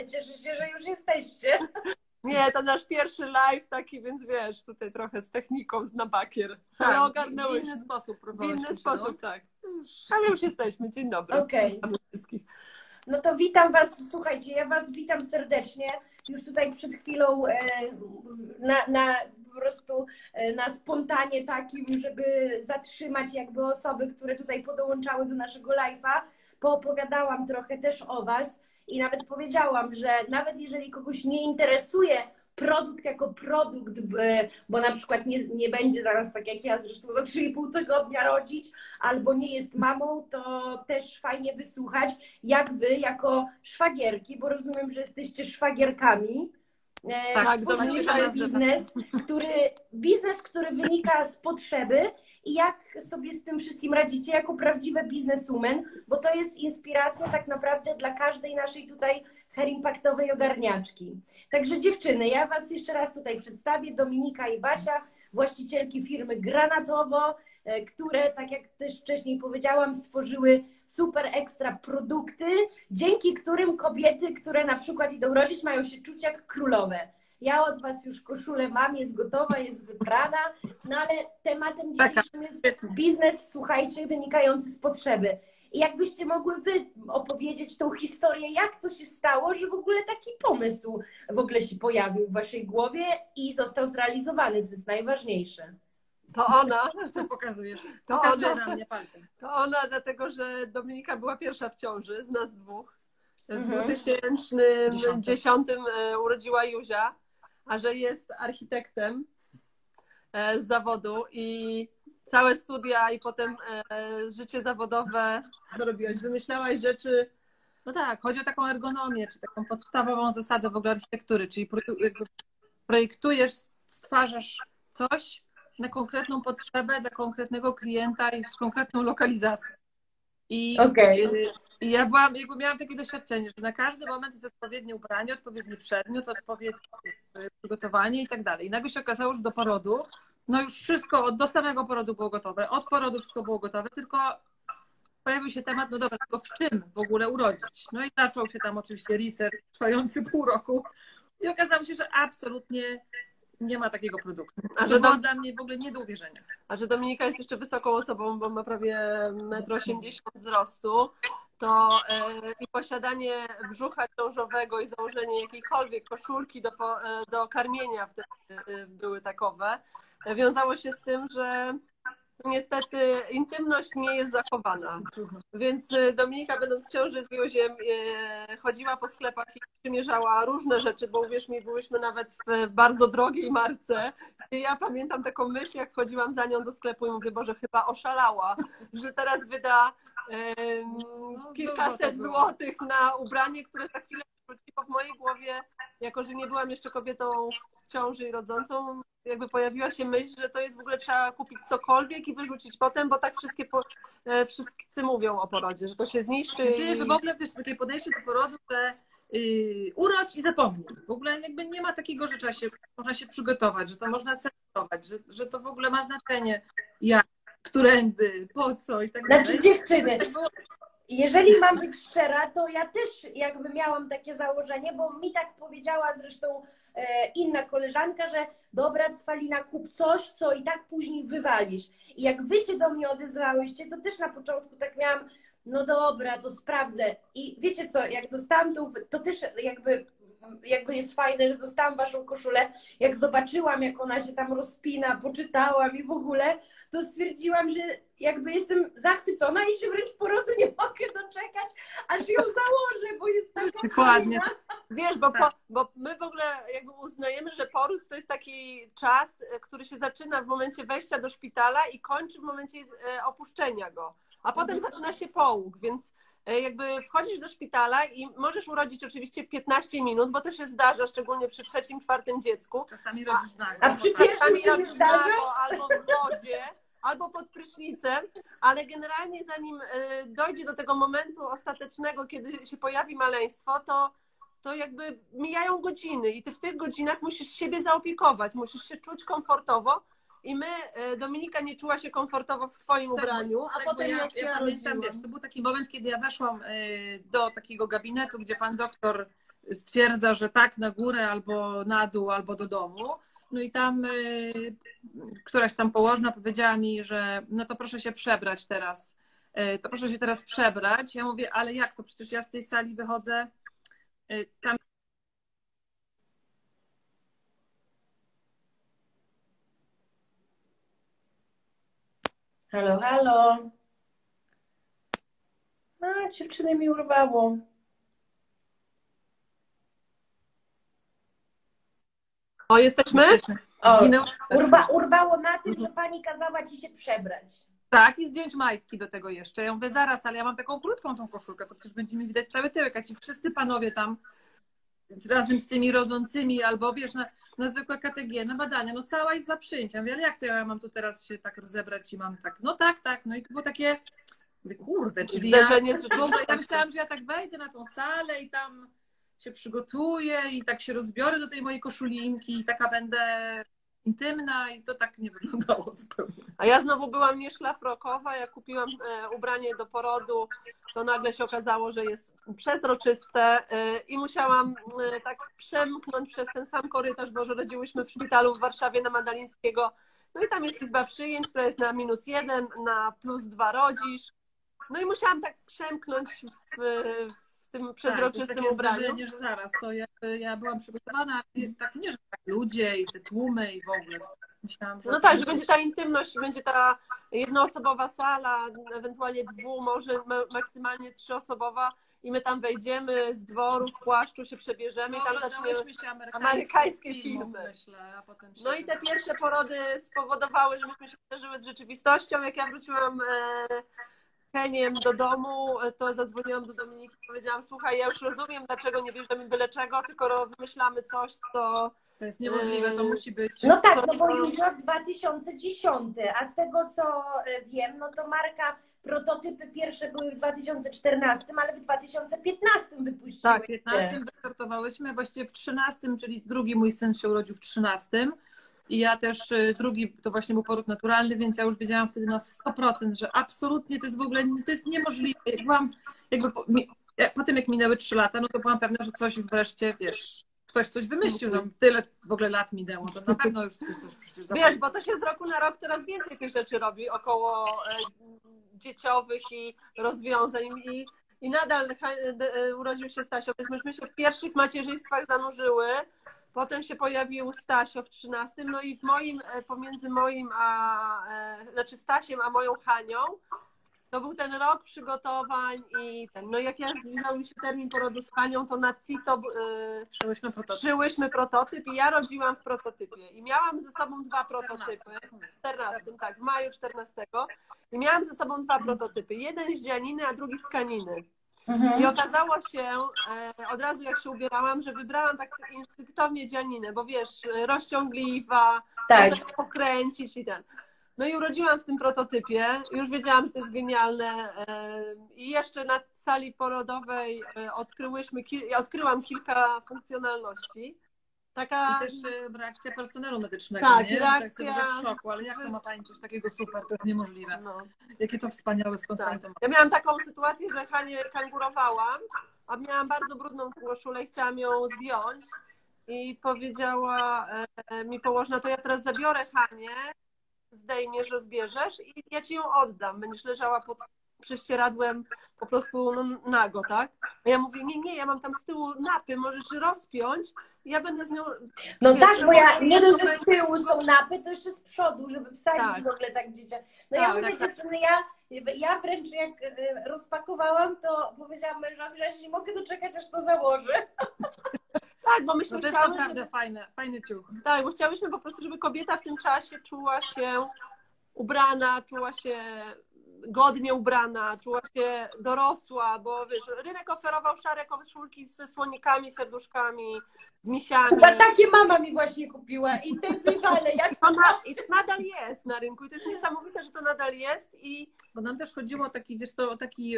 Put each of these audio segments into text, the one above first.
Cieszę się, że już jesteście. Nie, to nasz pierwszy live taki, więc wiesz, tutaj trochę z techniką, na bakier. Ale Tak, ogarnęłyśmy. w inny sposób W próbowałyśmy inny się, sposób, tak. Ale już jesteśmy. Dzień dobry. Okej. Witamy wszystkich. No to witam Was, słuchajcie, ja Was witam serdecznie. Już tutaj przed chwilą po prostu na spontanie takim, żeby zatrzymać jakby osoby, które tutaj podłączały do naszego live'a, poopowiadałam trochę też o Was i nawet powiedziałam, że nawet jeżeli kogoś nie interesuje produkt jako produkt, bo na przykład nie będzie zaraz tak jak ja zresztą za 3,5 tygodnia rodzić, albo nie jest mamą, to też fajnie wysłuchać, jak Wy jako szwagierki, bo rozumiem, że jesteście szwagierkami, Tak, tworzycie biznes, który wynika z potrzeby i jak sobie z tym wszystkim radzicie jako prawdziwe bizneswoman, bo to jest inspiracja tak naprawdę dla każdej naszej tutaj herimpaktowej ogarniaczki. Także dziewczyny, ja Was jeszcze raz tutaj przedstawię, Dominika i Basia, właścicielki firmy Granatowo, które, tak jak też wcześniej powiedziałam, stworzyły super ekstra produkty, dzięki którym kobiety, które na przykład idą rodzić, mają się czuć jak królowe. Ja od Was już koszulę mam, jest gotowa, jest wybrana, no ale tematem dzisiejszym jest biznes, słuchajcie, wynikający z potrzeby. I jakbyście mogły Wy opowiedzieć tą historię, jak to się stało, że w ogóle taki pomysł w ogóle się pojawił w Waszej głowie i został zrealizowany, co jest najważniejsze. To ona. Co pokazujesz? To Pokazuje ona. na mnie palcem. To ona, dlatego że Dominika była pierwsza w ciąży z nas dwóch. W 2010 urodziła Józia, a że jest architektem z zawodu i całe studia i potem życie zawodowe zrobiłaś. Wymyślałaś rzeczy. No tak, chodzi o taką ergonomię, czy taką podstawową zasadę w ogóle architektury, czyli projektujesz, stwarzasz coś na konkretną potrzebę dla konkretnego klienta i z konkretną lokalizacją. I ja miałam takie doświadczenie, że na każdy moment jest odpowiednie ubranie, odpowiedni przedmiot, odpowiednie przygotowanie i tak dalej. I nagle się okazało, że do porodu, no już wszystko do samego porodu było gotowe, od porodu wszystko było gotowe, tylko pojawił się temat, no dobra, tylko w czym w ogóle urodzić? No i zaczął się tam oczywiście research trwający pół roku i okazało się, że absolutnie nie ma takiego produktu. A że było dla mnie w ogóle nie do uwierzenia. A że Dominika jest jeszcze wysoką osobą, bo ma prawie 1,80 m wzrostu, to i posiadanie brzucha ciążowego i założenie jakiejkolwiek koszulki do karmienia wtedy były takowe, wiązało się z tym, że niestety intymność nie jest zachowana. Więc Dominika, będąc w ciąży z Józiem, chodziła po sklepach i przymierzała różne rzeczy, bo uwierz mi, byłyśmy nawet w bardzo drogiej marce. I ja pamiętam taką myśl, jak wchodziłam za nią do sklepu i mówię, Boże, chyba oszalała, że teraz wyda kilkaset złotych na ubranie, które za chwilę wróci, bo w mojej głowie, jako że nie byłam jeszcze kobietą w ciąży i rodzącą, jakby pojawiła się myśl, że to jest w ogóle trzeba kupić cokolwiek i wyrzucić potem, bo tak wszyscy mówią o porodzie, że to się zniszczy. Czyli że w ogóle wiesz, takie podejście do porodu, że urodź i zapomnij. W ogóle jakby nie ma takiego, że można się przygotować, że to można celebrować, że to w ogóle ma znaczenie jak, którędy, po co i tak dalej. Znaczy dziewczyny, jeżeli mam być szczera, to ja też jakby miałam takie założenie, bo mi tak powiedziała zresztą inna koleżanka, że dobra, Cwalina, kup coś, co i tak później wywalisz. I jak Wy się do mnie odezwałyście, to też na początku tak miałam, no dobra, to sprawdzę. I wiecie co, jak dostałam to też jakby jest fajne, że dostałam Waszą koszulę. Jak zobaczyłam, jak ona się tam rozpina, poczytałam i w ogóle, to stwierdziłam, że jakby jestem zachwycona i się wręcz porodu nie mogę doczekać, aż ją założę, bo jest taka Dokładnie. fajna. Wiesz, bo my w ogóle jakby uznajemy, że poród to jest taki czas, który się zaczyna w momencie wejścia do szpitala i kończy w momencie opuszczenia go. A potem zaczyna się połóg, więc jakby wchodzisz do szpitala i możesz urodzić oczywiście 15 minut, bo to się zdarza, szczególnie przy trzecim, czwartym dziecku. Czasami rodzisz nago. A przy pierwszym się nie zdarza? Albo w wodzie, albo pod prysznicem, ale generalnie zanim dojdzie do tego momentu ostatecznego, kiedy się pojawi maleństwo, to jakby mijają godziny i ty w tych godzinach musisz siebie zaopiekować, musisz się czuć komfortowo. I Dominika nie czuła się komfortowo w swoim ubraniu, a potem ja pamiętam, wiesz, to był taki moment, kiedy ja weszłam do takiego gabinetu, gdzie pan doktor stwierdza, że tak na górę albo na dół, albo do domu. No i tam któraś tam położna powiedziała mi, że no to proszę się przebrać teraz. To proszę się teraz przebrać. Ja mówię, ale jak to? Przecież ja z tej sali wychodzę tam. Halo, halo. A, dziewczyny mi urwało. O, jesteśmy? O, Zginęło. urwało na tym, że pani kazała ci się przebrać. Tak, i zdjąć majtki do tego jeszcze. Ja mówię, zaraz, ale ja mam taką krótką tą koszulkę, to przecież będzie mi widać cały tyłek, a ci wszyscy panowie tam razem z tymi rodzącymi albo wiesz, na zwykłe KTG, na badania, no cała izba przyjęcia. Ja mówię, ale jak to ja mam tu teraz się tak rozebrać i mam tak, no tak, no i to było takie, mówię, kurde, czyli Zderzenie z ja myślałam, że ja tak wejdę na tą salę i tam się przygotuję i tak się rozbiorę do tej mojej koszulinki i taka będę intymna i to tak nie wyglądało zupełnie. A ja znowu byłam nieszlafrokowa, jak kupiłam ubranie do porodu, to nagle się okazało, że jest przezroczyste i musiałam tak przemknąć przez ten sam korytarz, bo że rodziłyśmy w szpitalu w Warszawie na Madalińskiego. No i tam jest izba przyjęć, która jest na -1, na +2 rodzisz. No i musiałam tak przemknąć w tym przezroczystym takie ubraniu. zdarzenie, że zaraz, to ja byłam przygotowana, tak nie, że tak ludzie i te tłumy i w ogóle. Myślałam, że no tak, że będzie ta intymność, będzie ta jednoosobowa sala, ewentualnie może maksymalnie 3-osobowa i my tam wejdziemy z dworu, w płaszczu się przebierzemy i tam zaczniemy się amerykańskie filmy. Myślę, a potem się... No i te pierwsze porody spowodowały, że myśmy się zderzyły z rzeczywistością. Jak ja wróciłam Heniem do domu, to zadzwoniłam do Dominiki i powiedziałam, słuchaj, ja już rozumiem, dlaczego nie bierzemy byle czego, tylko wymyślamy coś, to jest niemożliwe, to musi być. No tak, no bo już rok 2010, a z tego co wiem, no to marka, prototypy pierwsze były w 2014, ale w 2015 wypuściły. Tak, w 2015 wystartowałyśmy, właściwie w 2013, czyli drugi mój syn się urodził w 2013 i ja też drugi, to właśnie był poród naturalny, więc ja już wiedziałam wtedy na 100%, że absolutnie to jest w ogóle, to jest niemożliwe. Byłam jakby, po tym jak minęły 3 lata, no to byłam pewna, że coś już wreszcie, wiesz, ktoś coś wymyślił, no tyle w ogóle lat minęło, to na pewno już ktoś przecież wiesz, bo to się z roku na rok coraz więcej tych rzeczy robi około dzieciowych i rozwiązań i nadal urodził się Stasio, więc myśmy się w pierwszych macierzyństwach zanurzyły, potem się pojawił Stasio w 13, no i pomiędzy moim znaczy Stasiem a moją Hanią, to był ten rok przygotowań i no jak ja zbliżał mi się termin porodu z Hanią, to na CITO szyłyśmy prototyp i ja rodziłam w prototypie i miałam ze sobą 2 prototypy, w 14, tak, w maju 14 i miałam ze sobą 2 prototypy, jeden z dzianiny, a drugi z tkaniny. I okazało się od razu jak się ubierałam, że wybrałam tak instynktownie dzianinę, bo wiesz, rozciągliwa, tak pokręcić i ten. No i urodziłam w tym prototypie, już wiedziałam, że to jest genialne i jeszcze na sali porodowej odkryłam kilka funkcjonalności. I też reakcja personelu medycznego, tak, nie? Reakcja... Tak w szoku, ale jak to ma Pani coś takiego super, to jest niemożliwe. No. Jakie to wspaniałe, skąd tak. Pani to ma? Ja miałam taką sytuację, że Hanię kangurowałam, a miałam bardzo brudną koszulę i chciałam ją zdjąć i powiedziała mi położna, to ja teraz zabiorę Hanię, zdejmiesz, rozbierzesz i ja ci ją oddam. Będziesz leżała pod prześcieradłem po prostu nago, tak? A ja mówię, nie, ja mam tam z tyłu napy, możesz rozpiąć i ja będę z nią... No wiesz, tak, bo ja nie dość, że z tyłu są napy, to jeszcze z przodu, żeby wsadzić w ogóle tak dziecię. No ja mówię, dziewczyny, ja wręcz jak rozpakowałam, to powiedziałam mężowi, że ja się nie mogę doczekać, aż to założę. Tak, bo myśmy to jest chciały, naprawdę fajny ciuch. Tak, bo chciałyśmy po prostu, żeby kobieta w tym czasie czuła się ubrana, czuła się godnie ubrana, czuła się dorosła, bo wiesz, rynek oferował szare koszulki ze słonikami, serduszkami, z misiami. Za takie mama mi właśnie kupiła i te wywale, jak I to nadal jest na rynku i to jest niesamowite, że to nadal jest. Bo nam też chodziło o taki, wiesz co,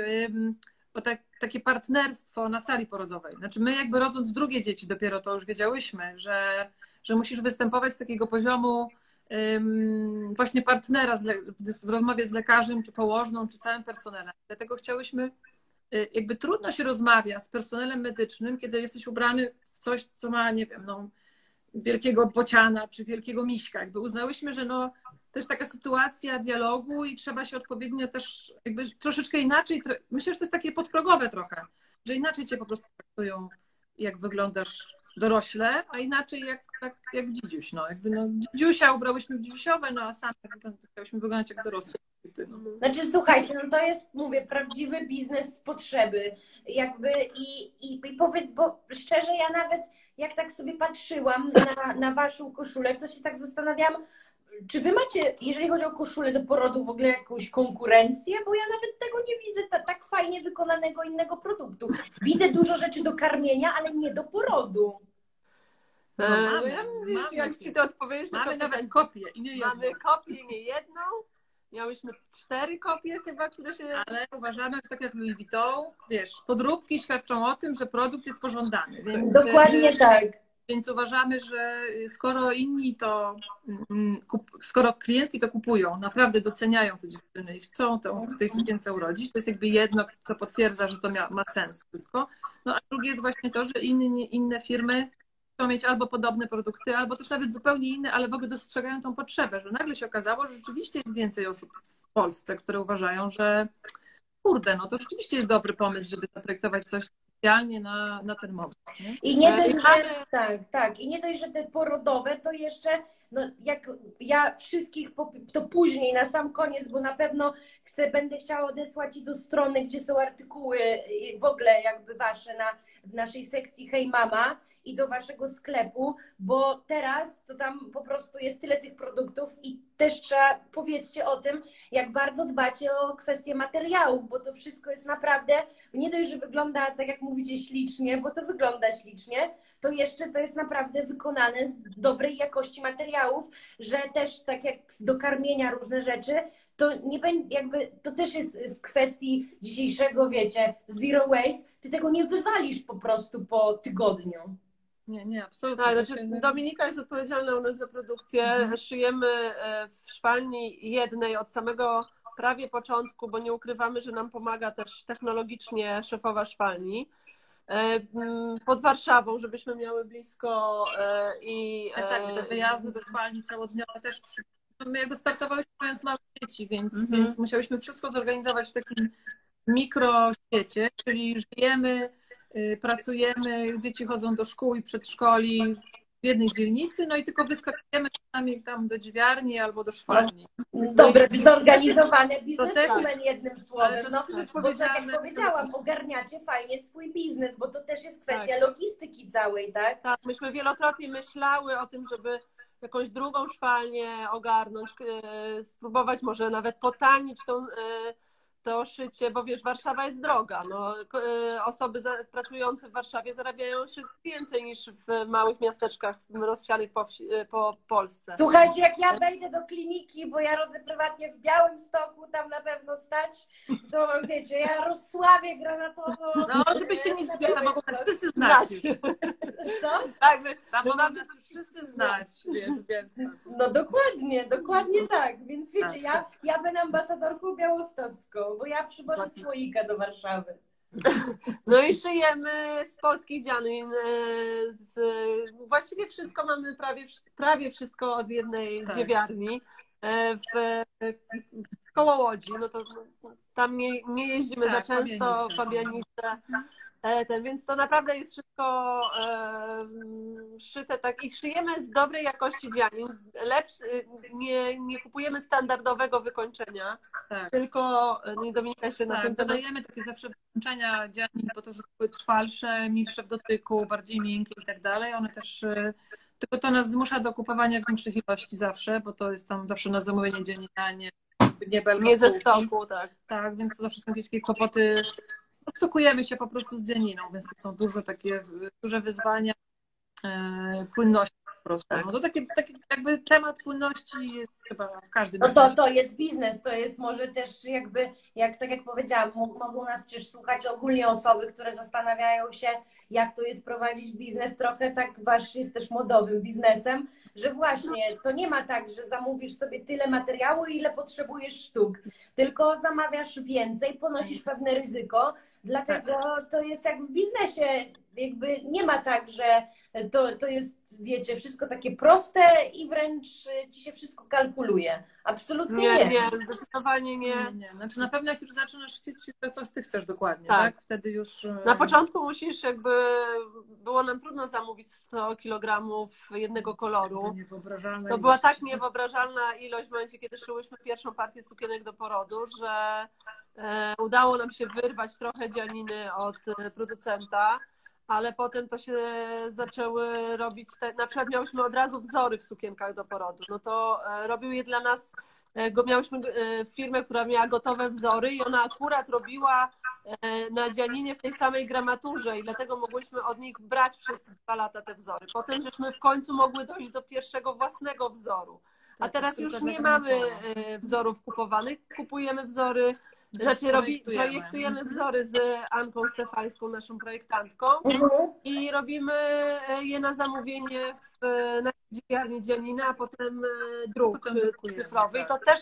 takie partnerstwo na sali porodowej. Znaczy my jakby rodząc drugie dzieci dopiero to już wiedziałyśmy, że musisz występować z takiego poziomu właśnie partnera w rozmowie z lekarzem, czy położną, czy całym personelem. Dlatego chciałyśmy jakby trudno się rozmawia z personelem medycznym, kiedy jesteś ubrany w coś, co ma, nie wiem, no, wielkiego bociana czy wielkiego miśka. Jakby uznałyśmy, że no, to jest taka sytuacja dialogu i trzeba się odpowiednio też jakby troszeczkę inaczej, myślę, że to jest takie podprogowe trochę, że inaczej cię po prostu traktują, jak wyglądasz dorośle, a inaczej jak dzidziuś. No. Jakby, no, dzidziusia ubrałyśmy w dzidziusiowe, no a sami chciałyśmy wyglądać jak dorosłe. No. Znaczy, słuchajcie, no to jest, mówię, prawdziwy biznes z potrzeby. Jakby i powiedz, bo szczerze, ja nawet jak tak sobie patrzyłam na waszą koszulę, to się tak zastanawiałam, czy wy macie, jeżeli chodzi o koszulę do porodu, w ogóle jakąś konkurencję? Bo ja nawet tego nie widzę, tak fajnie wykonanego innego produktu. Widzę dużo rzeczy do karmienia, ale nie do porodu. No, wiesz, jak ci to odpowiedzieć, to mamy nawet kopię i nie jedną. Mamy kopię i nie jedną. Miałyśmy 4 kopie chyba, które się... Ale uważamy, że tak jak Louis Vuitton, wiesz, podróbki świadczą o tym, że produkt jest pożądany. Więc, dokładnie tak. Więc uważamy, że skoro klientki to kupują, naprawdę doceniają te dziewczyny i chcą w tej sukience urodzić, to jest jakby jedno, co potwierdza, że to ma sens wszystko. No a drugie jest właśnie to, że inne firmy chcą mieć albo podobne produkty, albo też nawet zupełnie inne, ale w ogóle dostrzegają tą potrzebę, że nagle się okazało, że rzeczywiście jest więcej osób w Polsce, które uważają, że kurde, no to rzeczywiście jest dobry pomysł, żeby zaprojektować coś specjalnie na ten moment. Nie? I nie dość, że, tak. I nie dość, że te porodowe, to jeszcze, no jak ja wszystkich, to później, na sam koniec, bo na pewno będę chciała odesłać i do strony, gdzie są artykuły w ogóle jakby wasze w naszej sekcji Hej Mama i do waszego sklepu, bo teraz to tam po prostu jest tyle tych produktów i też powiedzcie o tym, jak bardzo dbacie o kwestie materiałów, bo to wszystko jest naprawdę, nie dość, że wygląda tak jak mówicie ślicznie, bo to wygląda ślicznie, to jeszcze to jest naprawdę wykonane z dobrej jakości materiałów, że też tak jak do karmienia różne rzeczy, to nie będzie jakby, to też jest w kwestii dzisiejszego, wiecie, zero waste, ty tego nie wywalisz po prostu po tygodniu. Nie, absolutnie. Tak, znaczy Dominika jest odpowiedzialna u nas za produkcję. Szyjemy w szwalni jednej od samego prawie początku, bo nie ukrywamy, że nam pomaga też technologicznie szefowa szwalni. Pod Warszawą, żebyśmy miały blisko tak, te wyjazdy do szwalni całodniowe też my jakby startowałyśmy mając małe dzieci, więc musiałyśmy wszystko zorganizować w takim mikroświecie, czyli żyjemy, pracujemy, dzieci chodzą do szkół i przedszkoli w jednej dzielnicy, no i tylko wyskakujemy czasami tam do dźwiarni albo do szwalni. Dobre, zorganizowane biznesmen, jednym słowem. Ale no, bo tak jak powiedziałam, ogarniacie fajnie swój biznes, bo to też jest kwestia logistyki całej, tak? Tak, myśmy wielokrotnie myślały o tym, żeby jakąś drugą szwalnię ogarnąć, spróbować może nawet potanić to szycie, bo wiesz, Warszawa jest droga. No, osoby pracujące w Warszawie zarabiają się więcej niż w małych miasteczkach rozsianych po Polsce. Słuchajcie, jak ja wejdę do kliniki, bo ja rodzę prywatnie w Białymstoku, tam na pewno stać, to wiecie, ja rozsławię granatowo. No, żeby się nie zdziela, mogą nas wszyscy znać. Co? Tak, mogą nas już wszyscy znać. No dokładnie tak. Więc wiecie, ja będę ambasadorką białostocką, bo ja przywożę słoika do Warszawy. No i szyjemy z polskich dzianin. Właściwie wszystko mamy, prawie wszystko od jednej dziewiarni. Koło Łodzi, no to tam nie jeździmy za często, Fabianice. Więc to naprawdę jest wszystko szyte tak i szyjemy z dobrej jakości dzianin. Nie kupujemy standardowego wykończenia, tylko Dominika się na tym dodajemy takie zawsze wykończenia dzianin po to, żeby były trwalsze, milsze w dotyku, bardziej miękkie i tak dalej. One też, tylko to nas zmusza do kupowania większych ilości zawsze, bo to jest tam zawsze na zamówienie dziennina, nie ze stoku, tak. Tak, więc to zawsze są jakieś kłopoty. Stokujemy się po prostu z dzianiną, więc to są duże wyzwania płynności prostu. Tak. No to taki jakby temat płynności jest chyba w każdym No biznesie. to jest biznes, to jest może też jakby, tak jak powiedziałam, mogą nas przecież słuchać ogólnie osoby, które zastanawiają się, jak to jest prowadzić biznes, trochę tak wasz jest też modowym biznesem, że właśnie to nie ma tak, że zamówisz sobie tyle materiału, ile potrzebujesz sztuk, tylko zamawiasz więcej, ponosisz pewne ryzyko, dlatego to jest jak w biznesie, jakby nie ma tak, że to jest, wiecie, wszystko takie proste i wręcz ci się wszystko kalkuluje. Absolutnie nie. Nie, zdecydowanie nie. Znaczy na pewno jak już zaczynasz chcieć, to coś ty chcesz dokładnie, Tak. tak? Wtedy już... Na początku musisz było nam trudno zamówić 100 kg jednego koloru. Niewyobrażalna To była ilość. tak niewyobrażalna ilość w momencie, kiedy szyłyśmy pierwszą partię sukienek do porodu, że udało nam się wyrwać trochę dzianiny od producenta, ale potem to się zaczęły robić, na przykład miałyśmy od razu wzory w sukienkach do porodu, no to robił je dla nas, miałyśmy firmę, która miała gotowe wzory i ona akurat robiła na dzianinie w tej samej gramaturze i dlatego mogłyśmy od nich brać przez 2 lata te wzory. Potem żeśmy w końcu mogły dojść do pierwszego własnego wzoru. A teraz już nie mamy wzorów kupowanych, kupujemy wzory, znaczy projektujemy wzory z Anką Stefańską, naszą projektantką i robimy je na zamówienie na dzienniarni Dzianina, a potem druk cyfrowy. I to też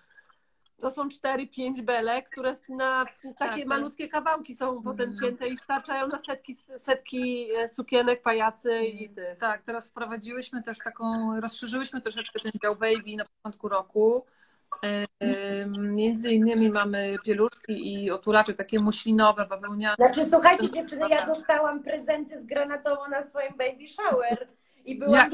są 4-5 belek, które na takie malutkie kawałki są potem cięte i starczają na setki sukienek, pajacy i tych. Tak, teraz rozszerzyłyśmy troszeczkę ten dział baby na początku roku. Między innymi mamy pieluszki i otulacze takie muślinowe, bawełniane. Znaczy, słuchajcie dziewczyny, ja dostałam prezenty z granatową na swoim baby shower. I byłam,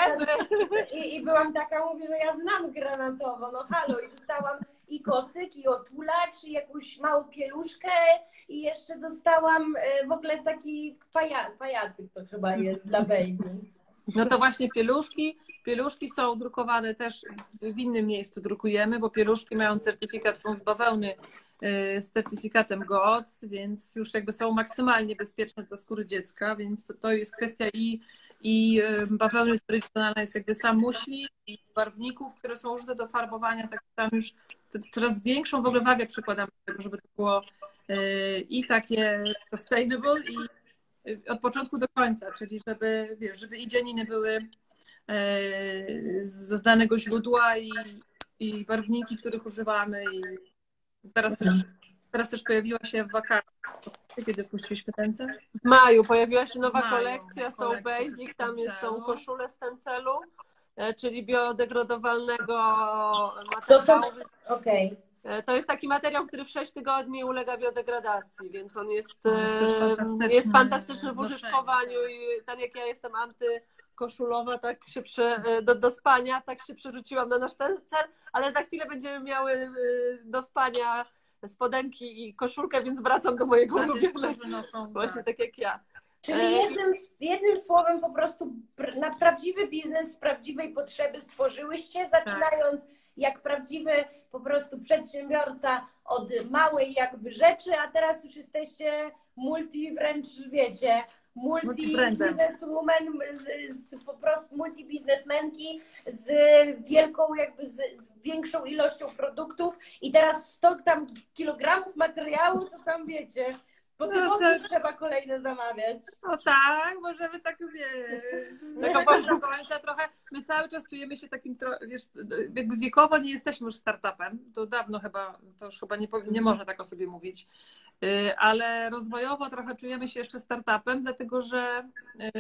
i byłam taka, mówię, że ja znam granatowo, no halo, i dostałam i kocyk, i otulacz, i jakąś małą pieluszkę i jeszcze dostałam w ogóle taki pajacyk to chyba jest dla baby. No to właśnie pieluszki są drukowane też w innym miejscu drukujemy, bo pieluszki mają certyfikat, są z bawełny z certyfikatem GOTS, więc już jakby są maksymalnie bezpieczne dla skóry dziecka, więc to jest kwestia i bawełny sterylizowalnej jest jakby sam muśli i barwników, które są użyte do farbowania, tak tam już coraz większą w ogóle wagę przykładamy do tego, żeby to było i takie sustainable i od początku do końca, czyli żeby i dzianiny były z danego źródła i barwniki, których używamy i teraz też pojawiła się w wakacje. Kiedy puściliśmy tencel? W maju pojawiła się nowa kolekcja Soul Basics, tam są koszule z tencelu, czyli biodegradowalnego materiału. To jest taki materiał, który w 6 tygodni ulega biodegradacji, więc on jest fantastyczny w użytkowaniu i tak jak ja jestem antykoszulowa, tak się do spania, tak się przerzuciłam na nasz tencel, ale za chwilę będziemy miały do spania spodenki i koszulkę, więc wracam do mojego ulubionego, właśnie tak jak ja. Czyli jednym słowem po prostu na prawdziwy biznes z prawdziwej potrzeby stworzyłyście, zaczynając jak prawdziwy po prostu przedsiębiorca od małej jakby rzeczy, a teraz już jesteście wręcz wiecie, multi-bizneswoman, po prostu multi-biznesmenki z wielką jakby z większą ilością produktów i teraz 100 tam kilogramów materiału, to tam wiecie, po tygodniu trzeba kolejne zamawiać. No tak, możemy tak do końca trochę. My cały czas czujemy się takim, wiesz, jakby wiekowo nie jesteśmy już startupem. To dawno to już chyba nie można tak o sobie mówić. Ale rozwojowo trochę czujemy się jeszcze startupem, dlatego że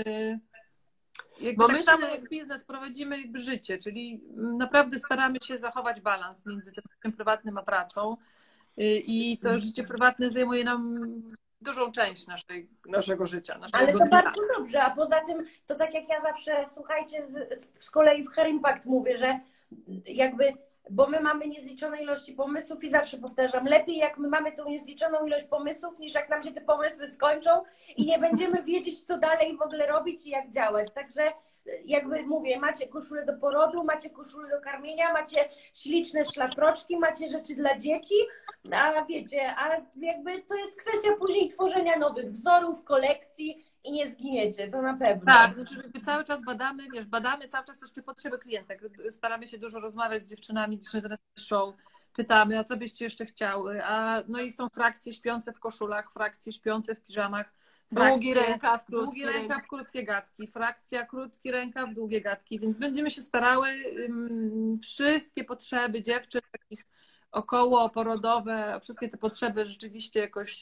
tak samo jak biznes prowadzimy jakby życie, czyli naprawdę staramy się zachować balans między tym życiem prywatnym a pracą. I to życie prywatne zajmuje nam dużą część naszego życia. Ale to bardzo dobrze, a poza tym to tak jak ja zawsze, słuchajcie, z kolei w Hair Impact mówię, że jakby, bo my mamy niezliczone ilości pomysłów i zawsze powtarzam, lepiej jak my mamy tą niezliczoną ilość pomysłów, niż jak nam się te pomysły skończą i nie będziemy wiedzieć, co dalej w ogóle robić i jak działać. Także jakby mówię, macie koszulę do porodu, macie koszulę do karmienia, macie śliczne szlafroczki, macie rzeczy dla dzieci, a wiecie, a jakby to jest kwestia później tworzenia nowych wzorów, kolekcji i nie zginiecie, to na pewno. Tak, znaczy jakby cały czas badamy, wiesz, badamy cały czas jeszcze potrzeby klientek. Staramy się dużo rozmawiać z dziewczynami, dziewczyny do nas piszą, pytamy, a co byście jeszcze chciały? No i są frakcje śpiące w koszulach, frakcje śpiące w piżamach, Długi frakcje, rękaw, długi rękaw, krótkie gadki, frakcja, krótki rękaw, długie gadki, więc będziemy się starały wszystkie potrzeby dziewczyn, takich okołoporodowe, wszystkie te potrzeby rzeczywiście jakoś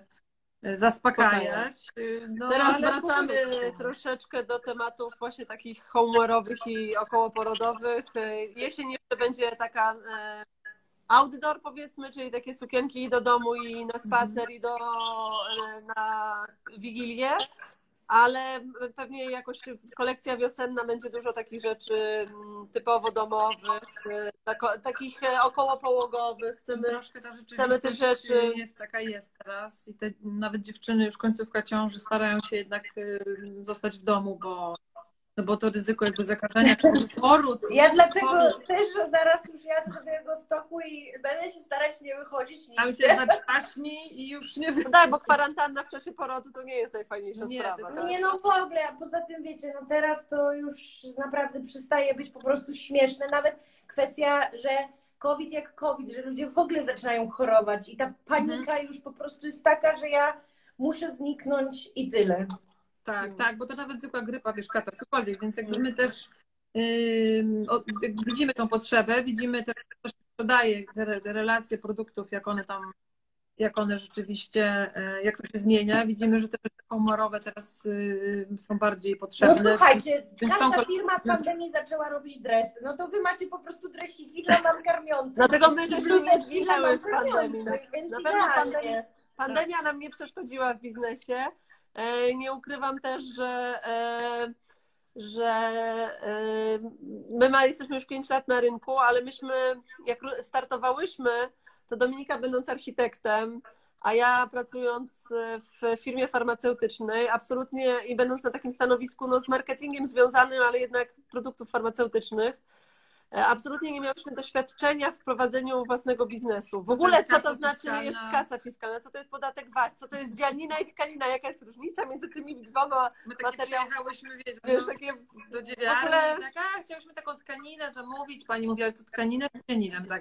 zaspokajać. No, Teraz ale wracamy powolutku. troszeczkę do tematów właśnie takich homeware'owych i okołoporodowych. Jesień jeszcze będzie taka outdoor, powiedzmy, czyli takie sukienki i do domu, i na spacer, i na Wigilię, ale pewnie jakoś kolekcja wiosenna będzie dużo takich rzeczy typowo domowych, takich okołopołogowych. Troszkę ta chcemy te rzeczywistość rzeczy. jest taka jest teraz i te nawet dziewczyny już końcówka ciąży starają się jednak zostać w domu, bo to ryzyko jakby zakażenia czy poród. Ja dlatego też zaraz już jadę do Białegostoku i będę się starać nie wychodzić Tam nigdzie. się zaćpaśni i już nie No tak, bo kwarantanna w czasie porodu to nie jest najfajniejsza Nie, sprawa. to jest- tak? Nie no w ogóle, a poza tym wiecie, no teraz to już naprawdę przestaje być po prostu śmieszne. Nawet kwestia, że COVID jak COVID, że ludzie w ogóle zaczynają chorować i ta panika już po prostu jest taka, że ja muszę zniknąć i tyle. Tak, tak, bo to nawet zwykła grypa, wiesz, katar, cokolwiek, więc jakby my też jakby widzimy tą potrzebę, widzimy też, co się sprzedaje, te relacje produktów, jak one rzeczywiście, jak to się zmienia. Widzimy, że te rzeczy homeware'owe teraz są bardziej No potrzebne. słuchajcie, Więc każda tą- firma w pandemii zaczęła robić dresy. No to wy macie po prostu dresiki dla mam karmiących. Dlatego my żeśmy nie Bluzeczki zginęły w dla mam pandemii. karmiących, więc Na pewno idealnie. pandemia nam nie przeszkodziła w biznesie. Nie ukrywam też, że my jesteśmy już 5 lat na rynku, ale myśmy, jak startowałyśmy, to Dominika będąc architektem, a ja pracując w firmie farmaceutycznej, absolutnie i będąc na takim stanowisku no, z marketingiem związanym, ale jednak produktów farmaceutycznych, absolutnie nie miałyśmy doświadczenia w prowadzeniu własnego biznesu. W ogóle co to znaczy jest kasa fiskalna, co to jest podatek VAT, co to jest dzianina i tkanina, jaka jest różnica między tymi dwoma My takie materiałami. przyjechałyśmy, Wiesz, takie do dziewiarni, w ogóle- tak, chciałyśmy taką tkaninę zamówić, pani mówi, ale to tkaninę czy tkaninę? Tak,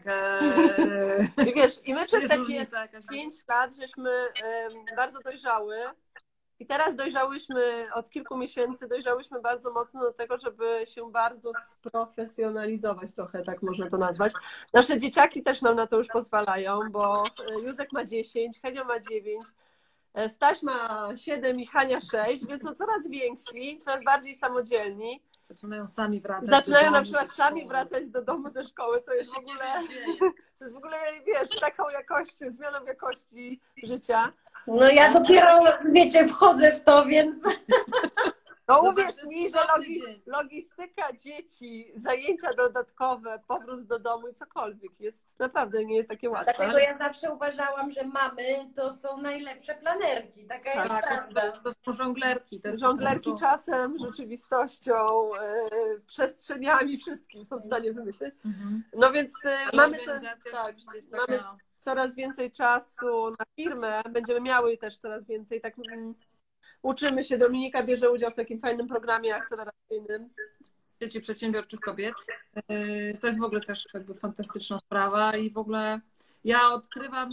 I wiesz, i my przez jest takie różnica jakaś. 5 lat żeśmy bardzo dojrzały i teraz dojrzałyśmy, od kilku miesięcy dojrzałyśmy bardzo mocno do tego, żeby się bardzo sprofesjonalizować trochę, tak można to nazwać. Nasze dzieciaki też nam na to już pozwalają, bo Józek ma 10, Henio ma 9, Staś ma 7 i Hania 6, więc są coraz więksi, coraz bardziej samodzielni. Zaczynają sami wracać. Zaczynają do na domu, przykład ze sami szkoły. wracać do domu ze szkoły, co jest w To się ogóle... nie dzieje. To jest w ogóle, wiesz, taką jakością, zmianą jakości życia. No ja dopiero, wiecie, wchodzę w to, więc No Zobacz, uwierz to mi, jest że cudowny dzień. logistyka dzieci, zajęcia dodatkowe, powrót do domu i cokolwiek jest naprawdę nie jest takie łatwe. dlatego ja zawsze uważałam, że mamy to są najlepsze planerki. Taka jest Tak, prawda. to są żonglerki. To jest po Żonglerki prostu- czasem, rzeczywistością, przestrzeniami, wszystkim są w stanie wymyśleć. Mhm. No więc Ale mamy, organizacja tak, rzeczywiście jest mamy taka- coraz więcej czasu na firmę, będziemy miały też coraz więcej, tak uczymy się. Dominika bierze udział w takim fajnym programie akceleracyjnym. Sieci przedsiębiorczych kobiet. To jest w ogóle też jakby fantastyczna sprawa i w ogóle ja odkrywam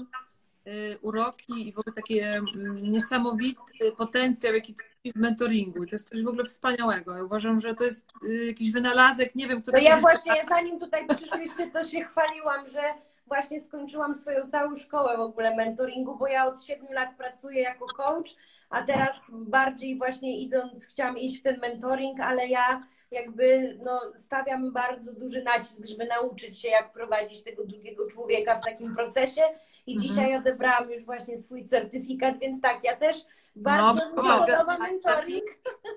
uroki i w ogóle takie niesamowity potencjał, jaki tkwi w mentoringu. To jest coś w ogóle wspaniałego. Ja uważam, że to jest jakiś wynalazek, nie wiem, kto No to ja kiedyś- właśnie, zanim tutaj przyszłyście, to się chwaliłam, że właśnie skończyłam swoją całą szkołę w ogóle mentoringu, bo ja od 7 lat pracuję jako coach, a teraz bardziej właśnie idąc, chciałam iść w ten mentoring, ale ja jakby no, stawiam bardzo duży nacisk, żeby nauczyć się, jak prowadzić tego drugiego człowieka w takim procesie i dzisiaj odebrałam już właśnie swój certyfikat, więc tak, ja też bardzo mi się pomogę. podoba mentoring.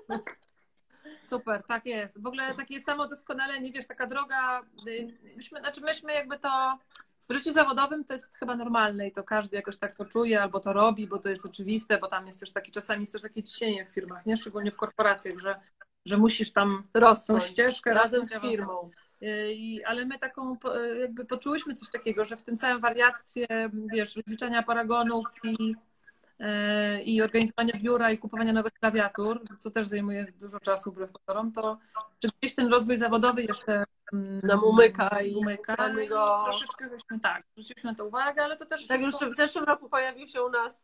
Super, tak jest. W ogóle takie samo doskonalenie, wiesz, taka droga, myśmy jakby to w życiu zawodowym to jest chyba normalne i to każdy jakoś tak to czuje albo to robi, bo to jest oczywiste, bo tam jest też taki, czasami jest też takie ciśnienie w firmach, nie? Szczególnie w korporacjach, że musisz tam tą Rosnąć ścieżkę razem rosnąć, z firmą. ale my taką jakby poczułyśmy coś takiego, że w tym całym wariactwie, wiesz, rozliczania paragonów i organizowania biura i kupowania nowych klawiatur, co też zajmuje dużo czasu wbrew pozorom, to czy gdzieś ten rozwój zawodowy jeszcze nam umyka i i go... troszeczkę żeśmy zwróciliśmy na to uwagę, ale to też Tak, już w zeszłym roku pojawił się u nas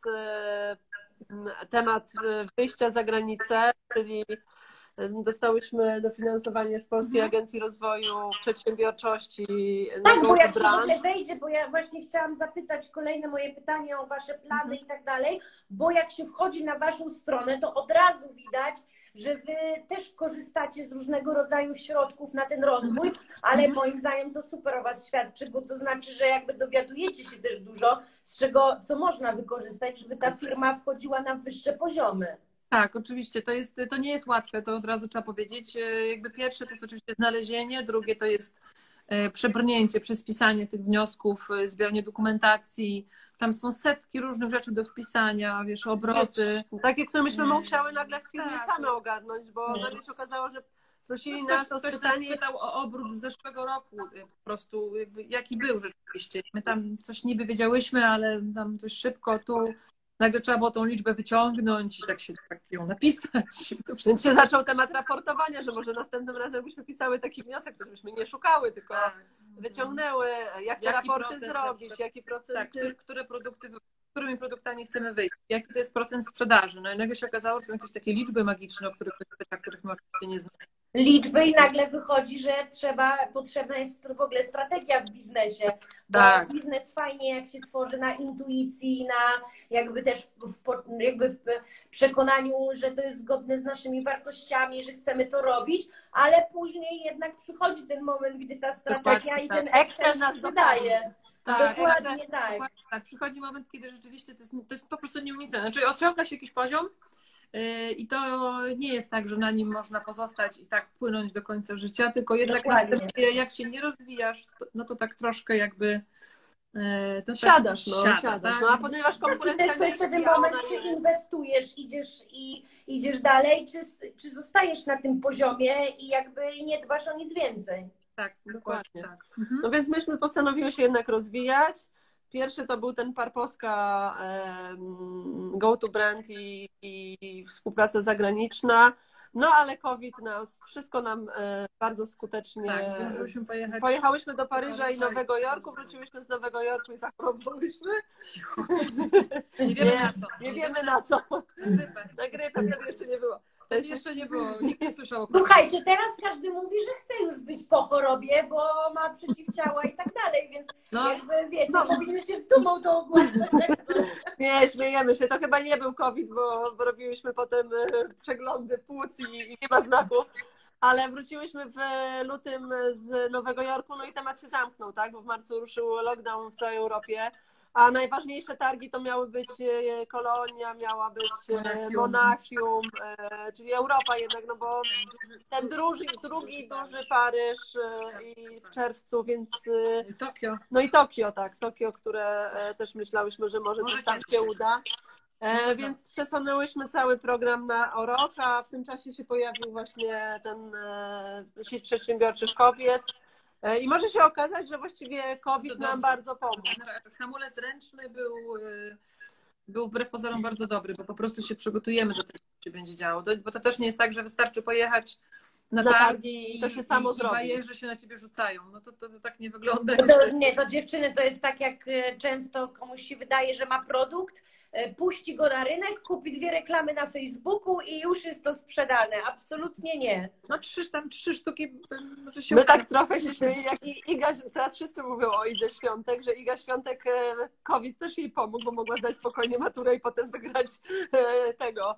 temat wyjścia za granicę, czyli dostałyśmy dofinansowanie z Polskiej Agencji Rozwoju Przedsiębiorczości. Tak, bo jak się dobrze wejdzie, bo ja właśnie chciałam zapytać kolejne moje pytanie o Wasze plany i tak dalej, bo jak się wchodzi na Waszą stronę, to od razu widać, że Wy też korzystacie z różnego rodzaju środków na ten rozwój, ale moim zdaniem to super o Was świadczy, bo to znaczy, że jakby dowiadujecie się też dużo, z czego, co można wykorzystać, żeby ta firma wchodziła na wyższe poziomy. Tak, oczywiście. To nie jest łatwe, to od razu trzeba powiedzieć. Jakby pierwsze to jest oczywiście znalezienie, drugie to jest przebrnięcie przez pisanie tych wniosków, zbieranie dokumentacji. Tam są setki różnych rzeczy do wpisania, wiesz, obroty. Takie, które myśmy musiały nagle w firmie same ogarnąć, bo nagle się okazało, że prosili nas o Ktoś nas pytał o obrót z zeszłego roku, po prostu jakby, jaki był rzeczywiście. My tam coś niby wiedziałyśmy, ale tam coś szybko tu. Nagle trzeba było tą liczbę wyciągnąć i tak ją napisać. Więc się zaczął temat raportowania, że może następnym razem byśmy pisały taki wniosek, to żebyśmy nie szukały, tylko wyciągnęły, jak te raporty zrobić, jaki procent... Tak, którymi produktami chcemy wyjść, jaki to jest procent sprzedaży. No i nagle się okazało, że są jakieś takie liczby magiczne, o których my oczywiście nie znamy. Liczby i nagle wychodzi, że potrzebna jest w ogóle strategia w biznesie, bo biznes fajnie jak się tworzy na intuicji, na jakby też w przekonaniu, że to jest zgodne z naszymi wartościami, że chcemy to robić, ale później jednak przychodzi ten moment, gdzie ta strategia i ten Excel nas wydaje. Dokładnie tak. Tak, przychodzi moment, kiedy rzeczywiście to jest po prostu nieuniknione. Znaczy osiąga się jakiś poziom, i to nie jest tak, że na nim można pozostać i tak płynąć do końca życia, tylko jednak jak się nie rozwijasz, to tak troszkę jakby to siadasz, tak? No a ponieważ konkurencja nie jest wtedy moment, czy inwestujesz, idziesz dalej, czy zostajesz na tym poziomie i jakby nie dbasz o nic więcej. Tak, dokładnie. Tak. No więc myśmy postanowiły się jednak rozwijać. Pierwszy to był ten Parposka go-to brand i współpraca zagraniczna. No ale COVID wszystko nam bardzo skutecznie... Tak, zdążyłyśmy pojechać. Pojechałyśmy do Paryża i Nowego Jorku, wróciłyśmy z Nowego Jorku i zachorowałyśmy. Nie wiemy na co. Nie wiemy na co. Na grypę wtedy jeszcze nie było. Jeszcze nie było, nikt nie słyszał. Słuchajcie, teraz każdy mówi, że chce już być po chorobie, bo ma przeciwciała i tak dalej, więc jakby wiecie, powinnyście z dumą to ogłaszać. Nie, śmiejemy się, to chyba nie był COVID, bo robiłyśmy potem przeglądy płuc i nie ma znaków, ale wróciłyśmy w lutym z Nowego Jorku, no i temat się zamknął, tak, bo w marcu ruszył lockdown w całej Europie. A najważniejsze targi to miały być Kolonia, miała być Monachium, czyli Europa jednak, no bo ten drugi duży Paryż i w czerwcu, więc... Tokio. No i Tokio, tak. Tokio, które też myślałyśmy, że może coś tam się uda. Więc przesunęłyśmy cały program o rok, a w tym czasie się pojawił właśnie ten sieć przedsiębiorczych kobiet. I może się okazać, że właściwie COVID nam bardzo pomógł. Hamulec ręczny był wbrew pozorom bardzo dobry, bo po prostu się przygotujemy do tego, co się będzie działo. Bo to też nie jest tak, że wystarczy pojechać na targi i to się samo zrobi. Bajerzy się na ciebie rzucają. No to tak nie wygląda. To dziewczyny, to jest tak, jak często komuś się wydaje, że ma produkt, puści go na rynek, kupi 2 reklamy na Facebooku i już jest to sprzedane. Absolutnie nie. No 3 sztuki może się my tak trochę się śmieje, jak Iga, teraz wszyscy mówią o Idze Świątek, że Iga Świątek COVID też jej pomógł, bo mogła zdać spokojnie maturę i potem wygrać tego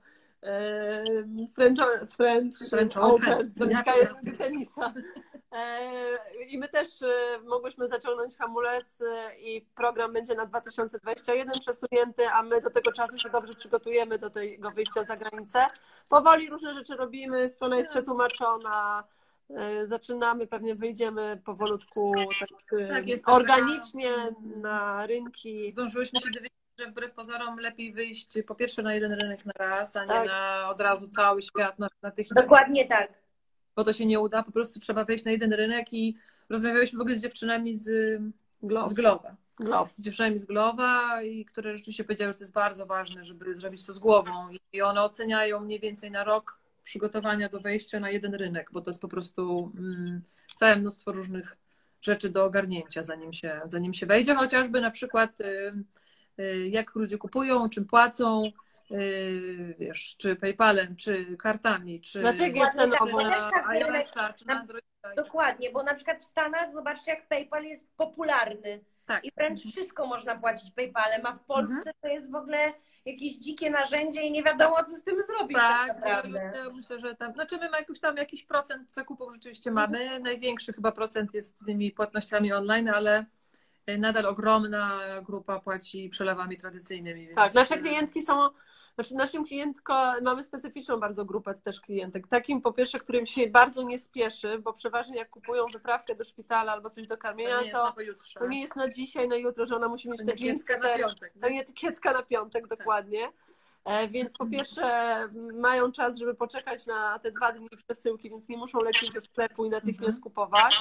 French Open, tenisa. I my też mogłyśmy zaciągnąć hamulec i program będzie na 2021 przesunięty, a my do tego czasu się dobrze przygotujemy do tego wyjścia za granicę. Powoli różne rzeczy robimy, strona jest przetłumaczona, zaczynamy, pewnie wyjdziemy powolutku organicznie na rynki. Zdążyłyśmy się dowiedzieć, że wbrew pozorom lepiej wyjść po pierwsze na jeden rynek na raz, a nie na od razu cały świat na tych. Dokładnie tak. Bo to się nie uda, po prostu trzeba wejść na jeden rynek i rozmawialiśmy w ogóle z dziewczynami z Globa. z dziewczynami z Glowa, i które rzeczywiście powiedziały, że to jest bardzo ważne, żeby zrobić to z głową. I one oceniają mniej więcej na rok przygotowania do wejścia na jeden rynek, bo to jest po prostu całe mnóstwo różnych rzeczy do ogarnięcia, zanim się wejdzie, chociażby na przykład jak ludzie kupują, czym płacą, wiesz, czy PayPalem, czy kartami, czy strategia cenowa, na iOS-a, czy na Androida. Dokładnie, bo na przykład w Stanach zobaczcie, jak PayPal jest popularny Tak. i wręcz wszystko można płacić PayPalem, a w Polsce to jest w ogóle jakieś dzikie narzędzie i nie wiadomo, co z tym zrobić tak naprawdę. Ja myślę, że tam, znaczy my jakiś procent zakupów rzeczywiście mamy, największy chyba procent jest tymi płatnościami online, ale nadal ogromna grupa płaci przelewami tradycyjnymi. Więc... Tak, nasze klientki są, znaczy naszym klientkom mamy specyficzną bardzo grupę też klientek. Takim po pierwsze, którym się bardzo nie spieszy, bo przeważnie jak kupują wyprawkę do szpitala albo coś do karmienia, to nie jest na dzisiaj, na jutro, że ona musi mieć te dżinsy, to nie etykiecka na piątek, dokładnie. Więc po pierwsze mają czas, żeby poczekać na te 2 dni przesyłki, więc nie muszą lecieć do sklepu i natychmiast kupować.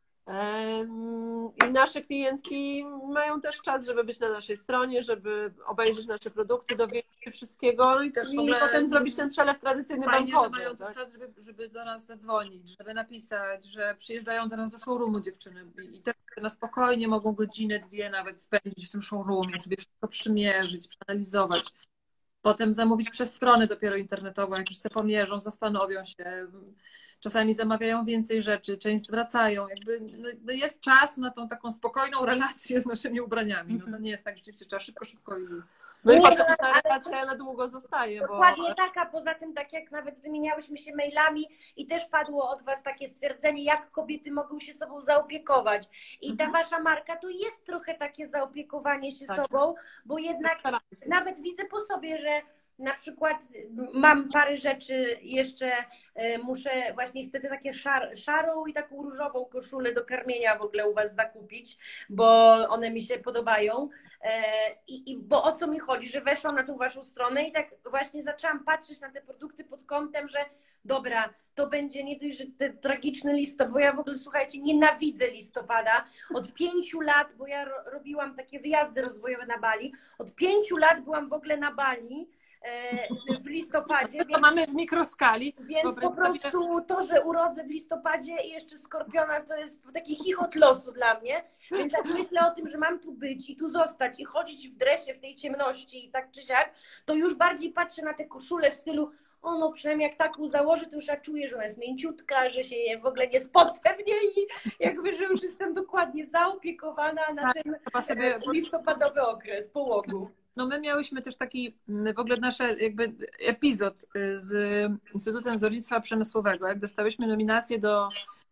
I nasze klientki mają też czas, żeby być na naszej stronie, żeby obejrzeć nasze produkty, dowiedzieć się wszystkiego i potem zrobić ten przelew tradycyjny bankowy. Fajnie, że mają też czas, żeby do nas zadzwonić, żeby napisać, że przyjeżdżają do nas do showroomu dziewczyny i też na spokojnie mogą godzinę, 2 nawet spędzić w tym showroomie, sobie wszystko przymierzyć, przeanalizować. Potem zamówić przez stronę dopiero internetową, jak już sobie pomierzą, zastanowią się. Czasami zamawiają więcej rzeczy, część zwracają. Jakby no jest czas na tą taką spokojną relację z naszymi ubraniami. No to nie jest tak, że rzeczywiście trzeba szybko i... No i potem ta relacja na długo zostaje. Dokładnie tak, a poza tym tak jak nawet wymieniałyśmy się mailami i też padło od Was takie stwierdzenie, jak kobiety mogą się sobą zaopiekować. I ta Wasza marka to jest trochę takie zaopiekowanie się sobą, bo jednak nawet widzę po sobie, że na przykład mam parę rzeczy jeszcze, chcę te takie szarą i taką różową koszulę do karmienia w ogóle u Was zakupić, bo one mi się podobają. Bo o co mi chodzi, że weszłam na tą Waszą stronę i tak właśnie zaczęłam patrzeć na te produkty pod kątem, że dobra, to będzie nie dość, że ten tragiczny listopad, bo ja w ogóle, słuchajcie, nienawidzę listopada. Od 5 lat, bo ja robiłam takie wyjazdy rozwojowe na Bali, od 5 lat byłam w ogóle na Bali, w listopadzie. To mamy w mikroskali. Więc po prostu to, że urodzę w listopadzie i jeszcze Skorpiona, to jest taki chichot losu dla mnie. Więc jak myślę o tym, że mam tu być i tu zostać i chodzić w dresie w tej ciemności i tak czy siak, to już bardziej patrzę na te koszule w stylu no przynajmniej jak taką założę, to już ja czuję, że ona jest mięciutka, że się w ogóle nie spocę w niej i jakby, że już jestem dokładnie zaopiekowana na ten listopadowy okres połogu. No my miałyśmy też taki w ogóle nasz jakby epizod z Instytutem Wzornictwa Przemysłowego, jak dostałyśmy nominację do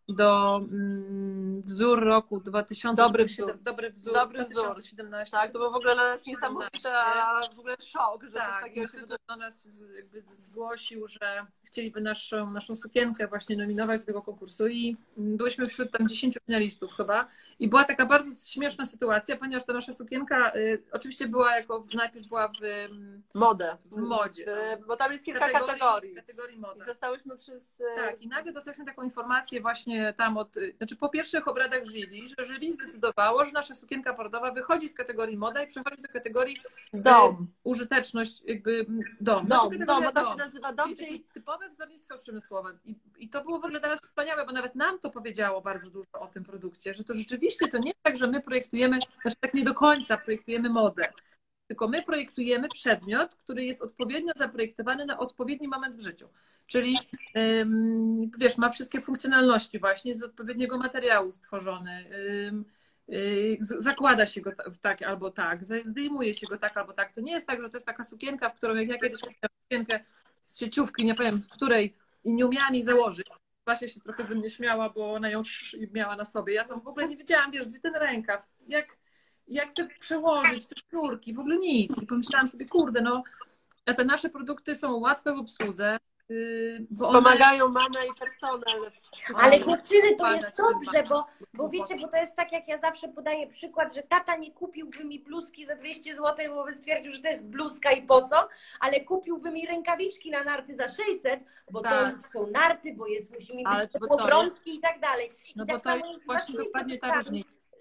wzór roku 2017. Dobry wzór 2017. Tak, to było w ogóle dla nas niesamowite, a w ogóle szok, że coś takiego się do nas jakby zgłosił, że chcieliby naszą sukienkę właśnie nominować do tego konkursu i byliśmy wśród tam 10 finalistów chyba i była taka bardzo śmieszna sytuacja, ponieważ ta nasza sukienka oczywiście była najpierw była w modzie. Bo tam jest kilka kategorii mody. I zostałyśmy Tak, i nagle dostałyśmy taką informację właśnie tam po pierwszych obradach jury zdecydowało, że nasza sukienka porodowa wychodzi z kategorii moda i przechodzi do kategorii dom. Użyteczność, jakby dom. Bo to się nazywa dom, czyli typowe wzornictwo przemysłowe. I to było w ogóle dla nas wspaniałe, bo nawet nam to powiedziało bardzo dużo o tym produkcie, że to rzeczywiście to nie jest tak, że my projektujemy, znaczy tak nie do końca projektujemy modę, tylko my projektujemy przedmiot, który jest odpowiednio zaprojektowany na odpowiedni moment w życiu. Czyli wiesz, ma wszystkie funkcjonalności właśnie, z odpowiedniego materiału stworzony, zakłada się go tak albo tak, zdejmuje się go tak albo tak. To nie jest tak, że to jest taka sukienka, w którą jak ja kiedyś miałam sukienkę z sieciówki, nie powiem z której i nie umiałam jej założyć. Basia się trochę ze mnie śmiała, bo ona ją miała na sobie. Ja tam w ogóle nie wiedziałam, wiesz, gdzie ten rękaw, jak to przełożyć, te sznurki, w ogóle nic. I pomyślałam sobie, kurde, no, a te nasze produkty są łatwe w obsłudze. Wspomagają mamę i personel. Ale dziewczyny, to jest dobrze, bo wiecie, bo to jest tak, jak ja zawsze podaję przykład, że tata nie kupiłby mi bluzki za 200 zł, bo by stwierdził, że to jest bluzka i po co, ale kupiłby mi rękawiczki na narty za 600, bo to są narty, bo musimy mieć obrączki i tak dalej. No I bo tak to jest właśnie dokładnie ta różnica.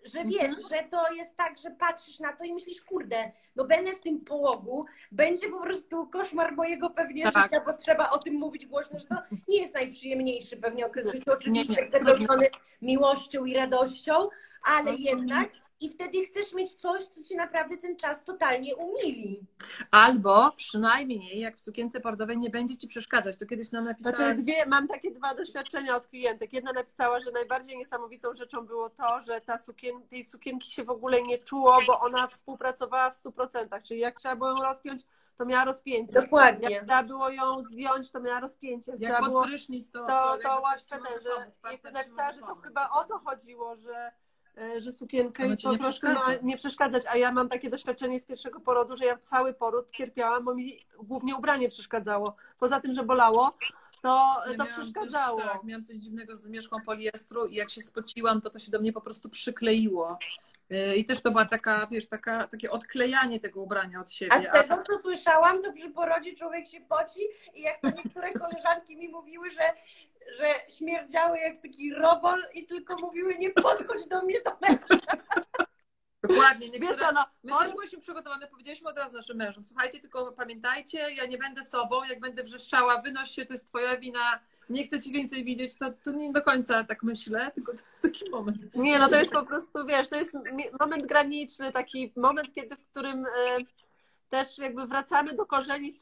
że wiesz, że to jest tak, że patrzysz na to i myślisz, kurde, no będę w tym połogu, będzie po prostu koszmar mojego pewnie życia, bo trzeba o tym mówić głośno, że to nie jest najprzyjemniejszy pewnie okres życia, oczywiście zapełniony miłością i radością, ale jednak i wtedy chcesz mieć coś, co ci naprawdę ten czas totalnie umili. Albo przynajmniej jak w sukience porodowej nie będzie ci przeszkadzać. To kiedyś nam napisała... Znaczy mam takie 2 doświadczenia od klientek. Jedna napisała, że najbardziej niesamowitą rzeczą było to, że tej sukienki się w ogóle nie czuło, bo ona współpracowała w 100%. Czyli jak trzeba było ją rozpiąć, to miała rozpięcie. Dokładnie. Jak trzeba było ją zdjąć, to miała rozpięcie. Jak pod prysznic, to łatwe, że napisała, że to chyba o to chodziło, że sukienkę po prostu nie przeszkadzać, a ja mam takie doświadczenie z pierwszego porodu, że ja cały poród cierpiałam, bo mi głównie ubranie przeszkadzało. Poza tym, że bolało, to przeszkadzało. Tak, miałam coś dziwnego z mieszką poliestru i jak się spociłam, to się do mnie po prostu przykleiło. I też to była takie odklejanie tego ubrania od siebie. A z tego, co słyszałam, to przy porodzie człowiek się poci i jak to niektóre koleżanki mi mówiły, że śmierdziały jak taki robol i tylko mówiły, nie podchodź do mnie do męża. Dokładnie. My też byliśmy przygotowane, powiedzieliśmy od razu naszym mężom, słuchajcie, tylko pamiętajcie, ja nie będę sobą, jak będę wrzeszczała, wynoś się, to jest twoja wina, nie chcę ci więcej widzieć, to nie do końca tak myślę, tylko to jest taki moment. Nie, no to jest po prostu, wiesz, to jest moment graniczny, taki moment, w którym też jakby wracamy do korzeni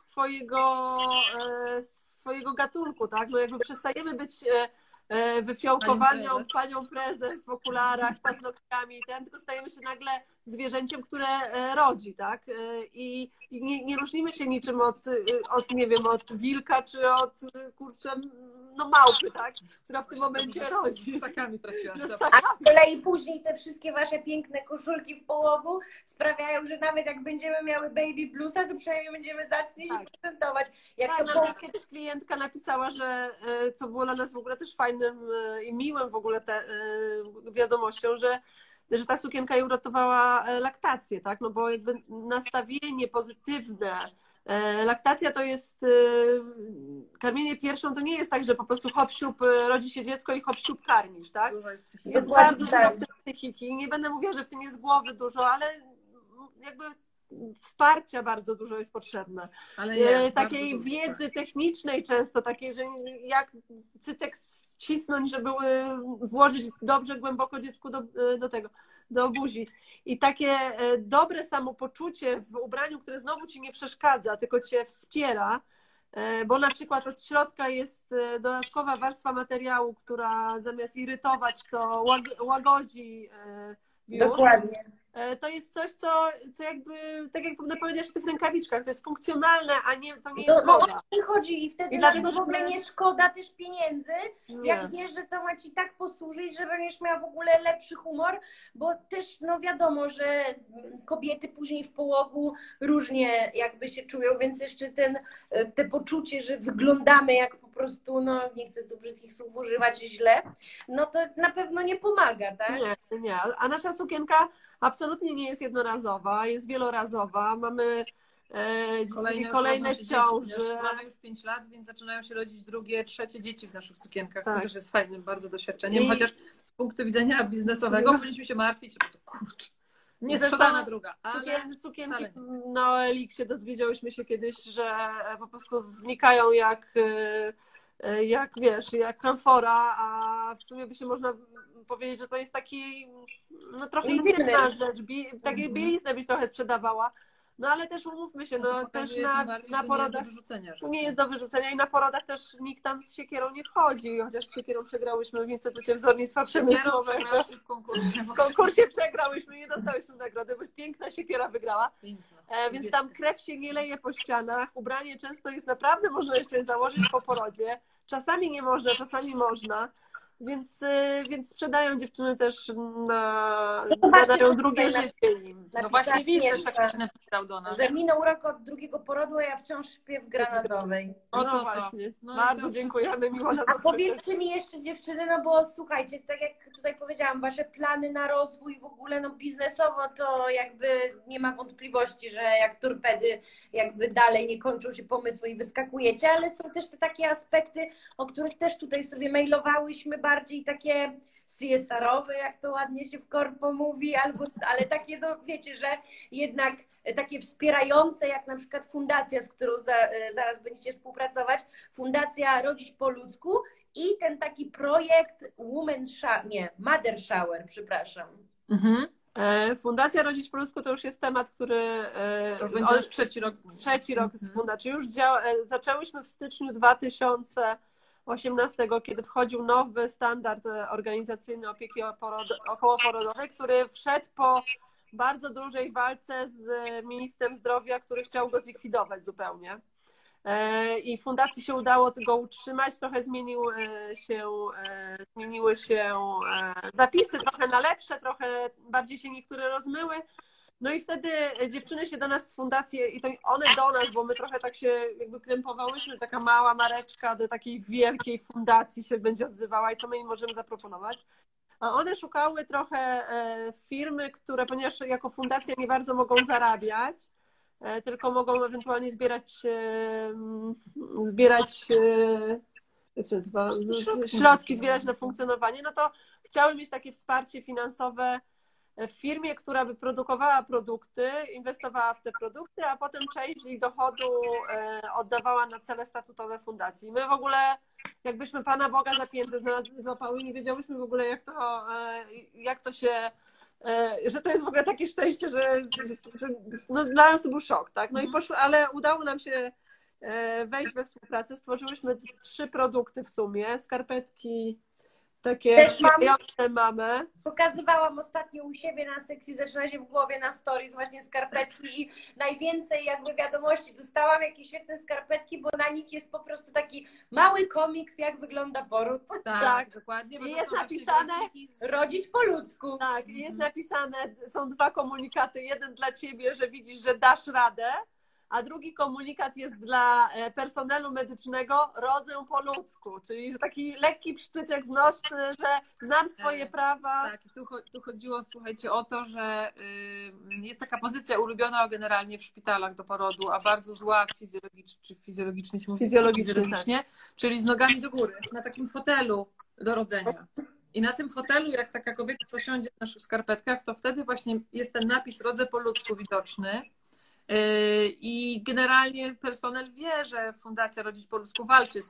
swojego gatunku, tak? No jakby przestajemy być wyfiołkowaną panią prezes w okularach, paznokciami, tylko stajemy się nagle zwierzęciem, które rodzi, tak? I nie różnimy się niczym nie wiem, od wilka, czy od małpy, tak? Która w tym momencie rodzi. Z sakami trafiłaś. A z kolei później te wszystkie wasze piękne koszulki w połogu sprawiają, że nawet jak będziemy miały baby bluesa, to przynajmniej będziemy zacnie się prezentować. Kiedyś klientka napisała, że co było dla nas w ogóle też fajnym i miłym w ogóle wiadomością, że ta sukienka jej uratowała laktację, tak? No bo jakby nastawienie pozytywne. Laktacja to jest, karmienie piersią to nie jest tak, że po prostu hop siup, rodzi się dziecko i hop siup karmisz, tak? Jest bardzo dużo w tym psychiki. Nie będę mówiła, że w tym jest głowy dużo, ale jakby wsparcia bardzo dużo jest potrzebne. Ale takiej wiedzy technicznej często, takiej, że jak cycek ścisnąć, żeby włożyć dobrze, głęboko dziecku do buzi. I takie dobre samopoczucie w ubraniu, które znowu ci nie przeszkadza, tylko cię wspiera, bo na przykład od środka jest dodatkowa warstwa materiału, która zamiast irytować, to łagodzi biust. Dokładnie. To jest coś, co jakby, tak jak powiedziałaś w tych rękawiczkach, to jest funkcjonalne, a to nie jest moda. O to chodzi i wtedy dlatego, w ogóle nie szkoda też pieniędzy, jak wiesz, że to ma ci tak posłużyć, że będziesz miała w ogóle lepszy humor, bo też no wiadomo, że kobiety później w połogu różnie jakby się czują, więc jeszcze te poczucie, że wyglądamy jak po prostu, no nie chcę tu brzydkich słów używać źle, no to na pewno nie pomaga, tak? Nie. A nasza sukienka absolutnie nie jest jednorazowa, jest wielorazowa. Mamy kolejne ciąże. Mamy już 5 lat, więc zaczynają się rodzić drugie, trzecie dzieci w naszych sukienkach. To też jest fajnym bardzo doświadczeniem, chociaż z punktu widzenia biznesowego powinniśmy się martwić, bo to kurczę. Nie zeszła druga. Sukienki na OLX-ie dowiedziałyśmy się kiedyś, że po prostu znikają jak wiesz, jak kamfora, a w sumie by się można powiedzieć, że to jest taki trochę intymna rzecz, takiej bieliznę byś trochę sprzedawała. No ale też umówmy się, też na porodach to nie jest do wyrzucenia i na porodach też nikt tam z siekierą nie wchodzi, chociaż z siekierą przegrałyśmy w Instytucie Wzornictwa Przemysłowego. W konkursie przegrałyśmy, nie dostałyśmy nagrody, bo piękna siekiera wygrała. Więc tam krew się nie leje po ścianach, ubranie często jest naprawdę, można jeszcze założyć po porodzie. Czasami nie można, czasami można. Więc sprzedają dziewczyny też nadają drugie życie im. No właśnie widzisz, tak ktoś napisał do nas. Że minął rok od drugiego porodu, a ja wciąż śpię w Granadowej. No właśnie. Bardzo dziękujemy, Milona. A powiedzcie mi jeszcze dziewczyny, no bo słuchajcie, tak jak tutaj powiedziałam, wasze plany na rozwój w ogóle biznesowo to jakby nie ma wątpliwości, że jak torpedy jakby dalej nie kończą się pomysły i wyskakujecie, ale są też te takie aspekty, o których też tutaj sobie mailowałyśmy bardziej takie CSR-owe, jak to ładnie się w korpo mówi, ale takie, no wiecie, że jednak takie wspierające, jak na przykład fundacja, z którą zaraz będziecie współpracować, Fundacja Rodzić po ludzku i ten taki projekt Mother Shower, przepraszam. Mhm. Fundacja Rodzić po ludzku to już jest temat, który Będzie już trzeci rok z fundacji. Już zaczęłyśmy w styczniu 2018, kiedy wchodził nowy standard organizacyjny opieki okołoporodowej, który wszedł po bardzo dużej walce z ministrem zdrowia, który chciał go zlikwidować zupełnie. I fundacji się udało go utrzymać, trochę zmieniły się zapisy, trochę na lepsze, trochę bardziej się niektóre rozmyły. No i wtedy dziewczyny się do nas z fundacji, i to one do nas, bo my trochę tak się jakby krępowałyśmy, taka mała mareczka do takiej wielkiej fundacji się będzie odzywała i co my im możemy zaproponować. A one szukały trochę firmy, które, ponieważ jako fundacja nie bardzo mogą zarabiać, tylko mogą ewentualnie zbierać środki, zbierać na funkcjonowanie, no to chciały mieć takie wsparcie finansowe w firmie, która by produkowała produkty, inwestowała w te produkty, a potem część z ich dochodu oddawała na cele statutowe fundacji. I my w ogóle, jakbyśmy Pana Boga zapięte złapały, nie wiedziałyśmy w ogóle, jak to się, że to jest w ogóle takie szczęście, że no, dla nas to był szok, tak? No i ale udało nam się wejść we współpracę, stworzyłyśmy 3 produkty w sumie, skarpetki takie wspierające mamy. Pokazywałam ostatnio u siebie na sekcji, zaczyna się w głowie na stories właśnie skarpetki i najwięcej jakby wiadomości dostałam, jakie świetne skarpetki, bo na nich jest po prostu taki mały komiks, jak wygląda poród. Tak, dokładnie. I jest napisane rodzić po ludzku. Tak, i jest napisane, są 2 komunikaty, jeden dla ciebie, że widzisz, że dasz radę, a drugi komunikat jest dla personelu medycznego, rodzę po ludzku, czyli że taki lekki pszczyciek w nos, że znam swoje prawa. Tak, tu chodziło, słuchajcie, o to, że jest taka pozycja ulubiona generalnie w szpitalach do porodu, a bardzo zła fizjologicznie, czyli z nogami do góry, na takim fotelu do rodzenia. I na tym fotelu, jak taka kobieta posiądzie w naszych skarpetkach, to wtedy właśnie jest ten napis rodzę po ludzku widoczny. I generalnie personel wie, że Fundacja Rodzić po ludzku walczy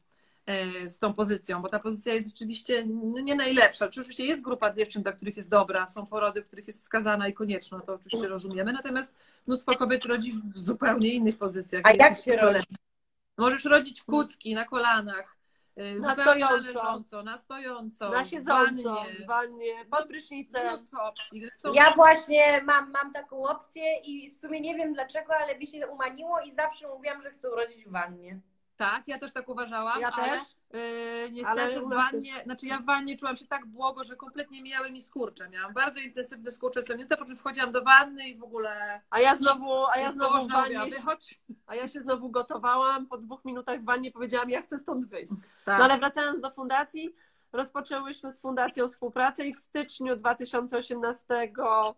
z tą pozycją, bo ta pozycja jest rzeczywiście nie najlepsza. Oczywiście jest grupa dziewczyn, dla których jest dobra, są porody, w których jest wskazana i konieczna, to oczywiście rozumiemy, natomiast mnóstwo kobiet rodzi w zupełnie innych pozycjach. A jak się rodzi? Możesz rodzić w kucki, na kolanach, na stojąco, leżąco, na stojąco, na siedząco, w wannie, pod prysznicem. Mnóstwo opcji. Ja właśnie mam taką opcję i w sumie nie wiem dlaczego, ale mi się umaniło i zawsze mówiłam, że chcę urodzić w wannie. Tak, ja też tak uważałam, ja ale też. Niestety w wannie, znaczy ja w wannie czułam się tak błogo, że kompletnie mijały mi skurcze. Miałam bardzo intensywne skurcze senioryte, po czym wchodziłam do wanny i w ogóle... A ja znowu w wannie, wychodź. A ja się znowu gotowałam, po 2 minutach w wannie powiedziałam, ja chcę stąd wyjść. Tak. No ale wracając do fundacji, rozpoczęłyśmy z fundacją współpracę i w styczniu 2018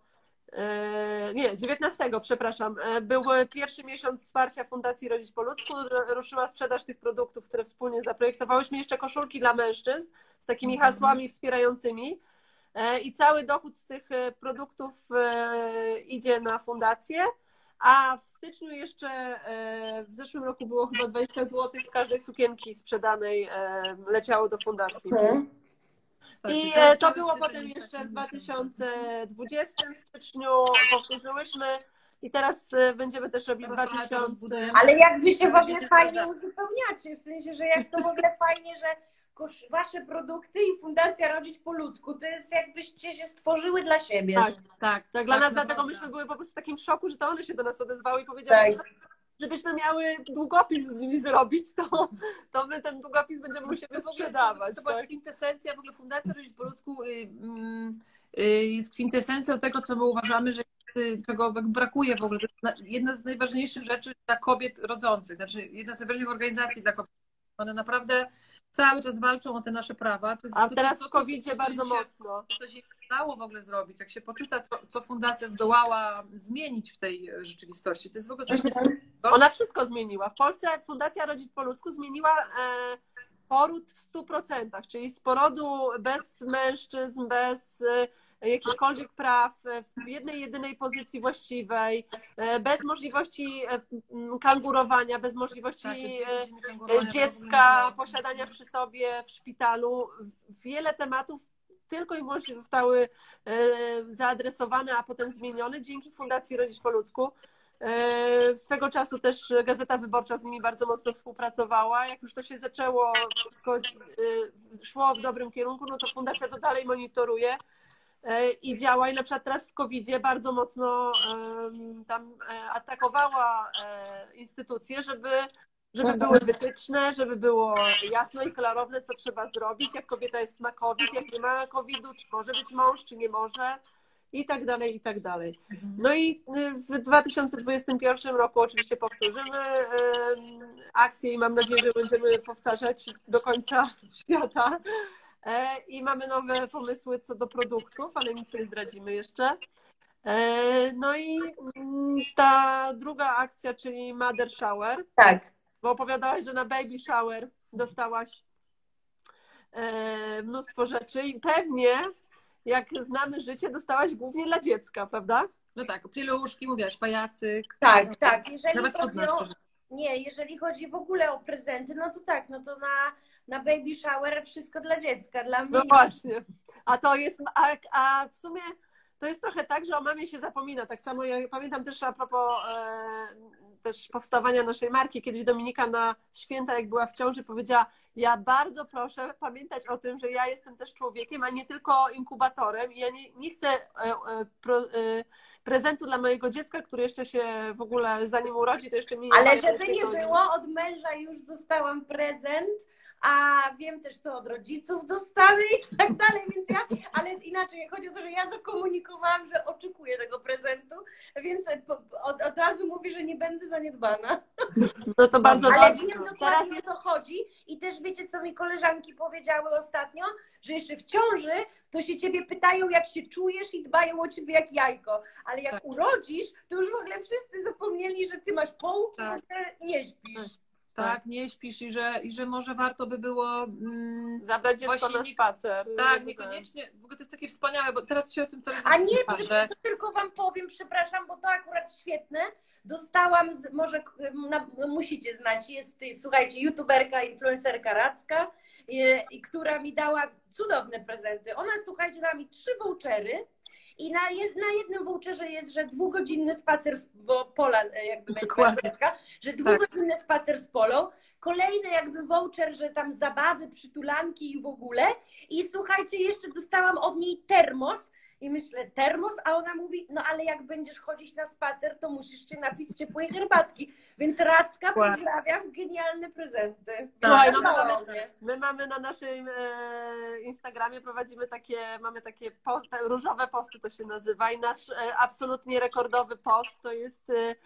przepraszam, był pierwszy miesiąc wsparcia Fundacji Rodzić po ludzku, ruszyła sprzedaż tych produktów, które wspólnie zaprojektowałyśmy, jeszcze koszulki dla mężczyzn z takimi hasłami wspierającymi i cały dochód z tych produktów idzie na fundację, a w styczniu jeszcze, w zeszłym roku było chyba 20 zł z każdej sukienki sprzedanej leciało do fundacji. I to było potem jeszcze w 2020 styczniu, powtórzyłyśmy i teraz będziemy też robić 2000. Ale jak wy się w ogóle fajnie uzupełniacie, w sensie, że jak to w ogóle fajnie, że wasze produkty i Fundacja Rodzić po ludzku, to jest jakbyście się stworzyły dla siebie. Tak, dla nas, dlatego myśmy były po prostu w takim szoku, że to one się do nas odezwały i powiedziały, żebyśmy miały długopis z nimi zrobić, to my ten długopis będziemy musieli sprzedawać. To była kwintesencja, w ogóle Fundacja Rodzić po ludzku jest kwintesencją tego, co my uważamy, że czego brakuje w ogóle. To jest jedna z najważniejszych rzeczy dla kobiet rodzących, znaczy jedna z najważniejszych organizacji dla kobiet. One naprawdę cały czas walczą o te nasze prawa. A teraz w COVID-zie bardzo mocno. Co się udało w ogóle zrobić, jak się poczyta, co fundacja zdołała zmienić w tej rzeczywistości. To jest w ogóle coś niesamowitego. Ona wszystko zmieniła. W Polsce Fundacja Rodzić po ludzku zmieniła poród w 100%, czyli z porodu bez mężczyzn, bez jakichkolwiek praw, w jednej, jedynej pozycji właściwej, bez możliwości kangurowania, bez możliwości dziecka, posiadania przy sobie w szpitalu. Wiele tematów tylko i wyłącznie zostały zaadresowane, a potem zmienione dzięki Fundacji Rodzić po ludzku. Swego czasu też Gazeta Wyborcza z nimi bardzo mocno współpracowała. Jak już to się zaczęło, szło w dobrym kierunku, no to fundacja to dalej monitoruje i działa. I na przykład teraz w COVID-zie bardzo mocno tam atakowała instytucje, żeby były wytyczne, żeby było jasno i klarowne, co trzeba zrobić, jak kobieta ma COVID, jak nie ma COVID-u, czy może być mąż, czy nie może. I tak dalej, i tak dalej. No i w 2021 roku oczywiście powtórzymy akcję i mam nadzieję, że będziemy powtarzać do końca świata. I mamy nowe pomysły co do produktów, ale nic nie zdradzimy jeszcze. No i ta druga akcja, czyli Mother Shower. Tak. Bo opowiadałaś, że na Baby Shower dostałaś mnóstwo rzeczy i pewnie jak znamy życie, dostałaś głównie dla dziecka, prawda? No tak, pieluszki, mówiłaś, pajacyk. Tak. Jeżeli chodzi w ogóle o prezenty, no to tak, no to na baby shower wszystko dla dziecka, dla mnie. No właśnie. A to jest, a w sumie to jest trochę tak, że o mamie się zapomina. Tak samo ja pamiętam też a propos też powstawania naszej marki, kiedyś Dominika na święta, jak była w ciąży, powiedziała: ja bardzo proszę pamiętać o tym, że ja jestem też człowiekiem, a nie tylko inkubatorem i ja nie chcę prezentu dla mojego dziecka, który jeszcze się w ogóle zanim urodzi, to jeszcze mnie nie Ale żeby nie było, od męża już dostałam prezent, a wiem też, co od rodziców dostanę i tak dalej, więc ale inaczej, chodzi o to, że ja zakomunikowałam, że oczekuję tego prezentu, więc od razu mówię, że nie będę zaniedbana. No to bardzo ale dobrze. wiem dokładnie, o co chodzi i też wiecie, co mi koleżanki powiedziały ostatnio, że jeszcze w ciąży to się ciebie pytają, jak się czujesz i dbają o ciebie jak jajko, ale jak urodzisz, to już w ogóle wszyscy zapomnieli, że ty masz połki, że nie śpisz. Tak, nie śpisz i że może warto by było zabrać dziecko na spacer. Tak, niekoniecznie. W ogóle to jest takie wspaniałe, bo teraz się o tym coraz więcej że... tylko wam powiem, przepraszam, bo to akurat świetne. Dostałam, może musicie znać, słuchajcie, youtuberka, influencerka Racka, która mi dała cudowne prezenty. Ona, słuchajcie, dała mi 3 vouchery. I na jednym voucherze jest, że 2-godzinny spacer, bo Pola jakby będzie, że 2-godzinny spacer z Polą. Kolejny jakby voucher, że tam zabawy, przytulanki i w ogóle. I słuchajcie, jeszcze dostałam od niej termos. I myślę, termos? A ona mówi, no ale jak będziesz chodzić na spacer, to musisz się napić ciepłej herbatki. Więc Racka, pozdrawiam, genialne prezenty. Słuchaj, my mamy na naszym Instagramie, mamy takie różowe posty, to się nazywa, i nasz absolutnie rekordowy post to jest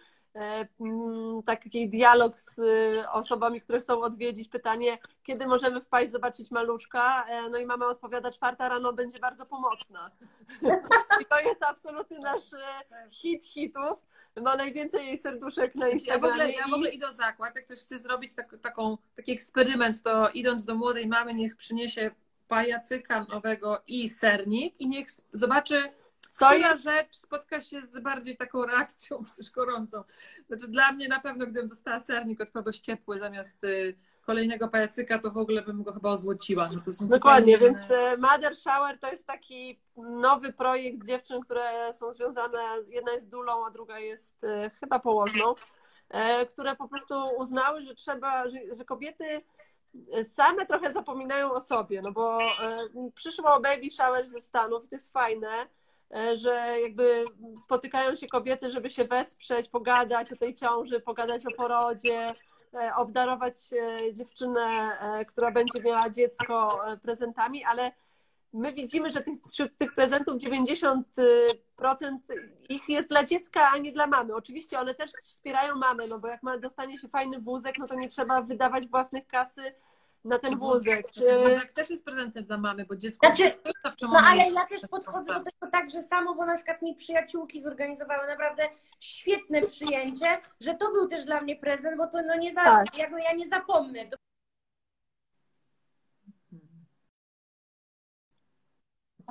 taki dialog z osobami, które chcą odwiedzić, pytanie, kiedy możemy wpaść, zobaczyć maluszka, no i mama odpowiada, 4 rano będzie bardzo pomocna. I to jest absolutny nasz hit hitów, ma najwięcej jej serduszek na Instagramie. Ja w ogóle idę o zakład, jak ktoś chce zrobić taki eksperyment, to idąc do młodej mamy, niech przyniesie pajacyka nowego i sernik i niech zobaczy, która rzecz spotka się z bardziej taką reakcją też gorącą. Znaczy dla mnie na pewno, gdybym dostała sernik od kogoś ciepły zamiast kolejnego pajacyka, to w ogóle bym go chyba ozłociła. No to są dokładnie, więc Mother Shower to jest taki nowy projekt dziewczyn, które są związane, jedna jest dulą, a druga jest chyba położną, które po prostu uznały, że że kobiety same trochę zapominają o sobie, no bo przyszło baby shower ze Stanów i to jest fajne, że jakby spotykają się kobiety, żeby się wesprzeć, pogadać o tej ciąży, pogadać o porodzie, obdarować dziewczynę, która będzie miała dziecko, prezentami, ale my widzimy, że wśród tych prezentów 90% ich jest dla dziecka, a nie dla mamy. Oczywiście one też wspierają mamę, no bo jak dostanie się fajny wózek, no to nie trzeba wydawać własnych kasy na ten wózek. Wózek też jest prezentem dla mamy, bo dziecko ale ja też podchodzę do tego tak, że samo, bo na przykład mi przyjaciółki zorganizowały naprawdę świetne przyjęcie, że to był też dla mnie prezent, bo to ja nie zapomnę.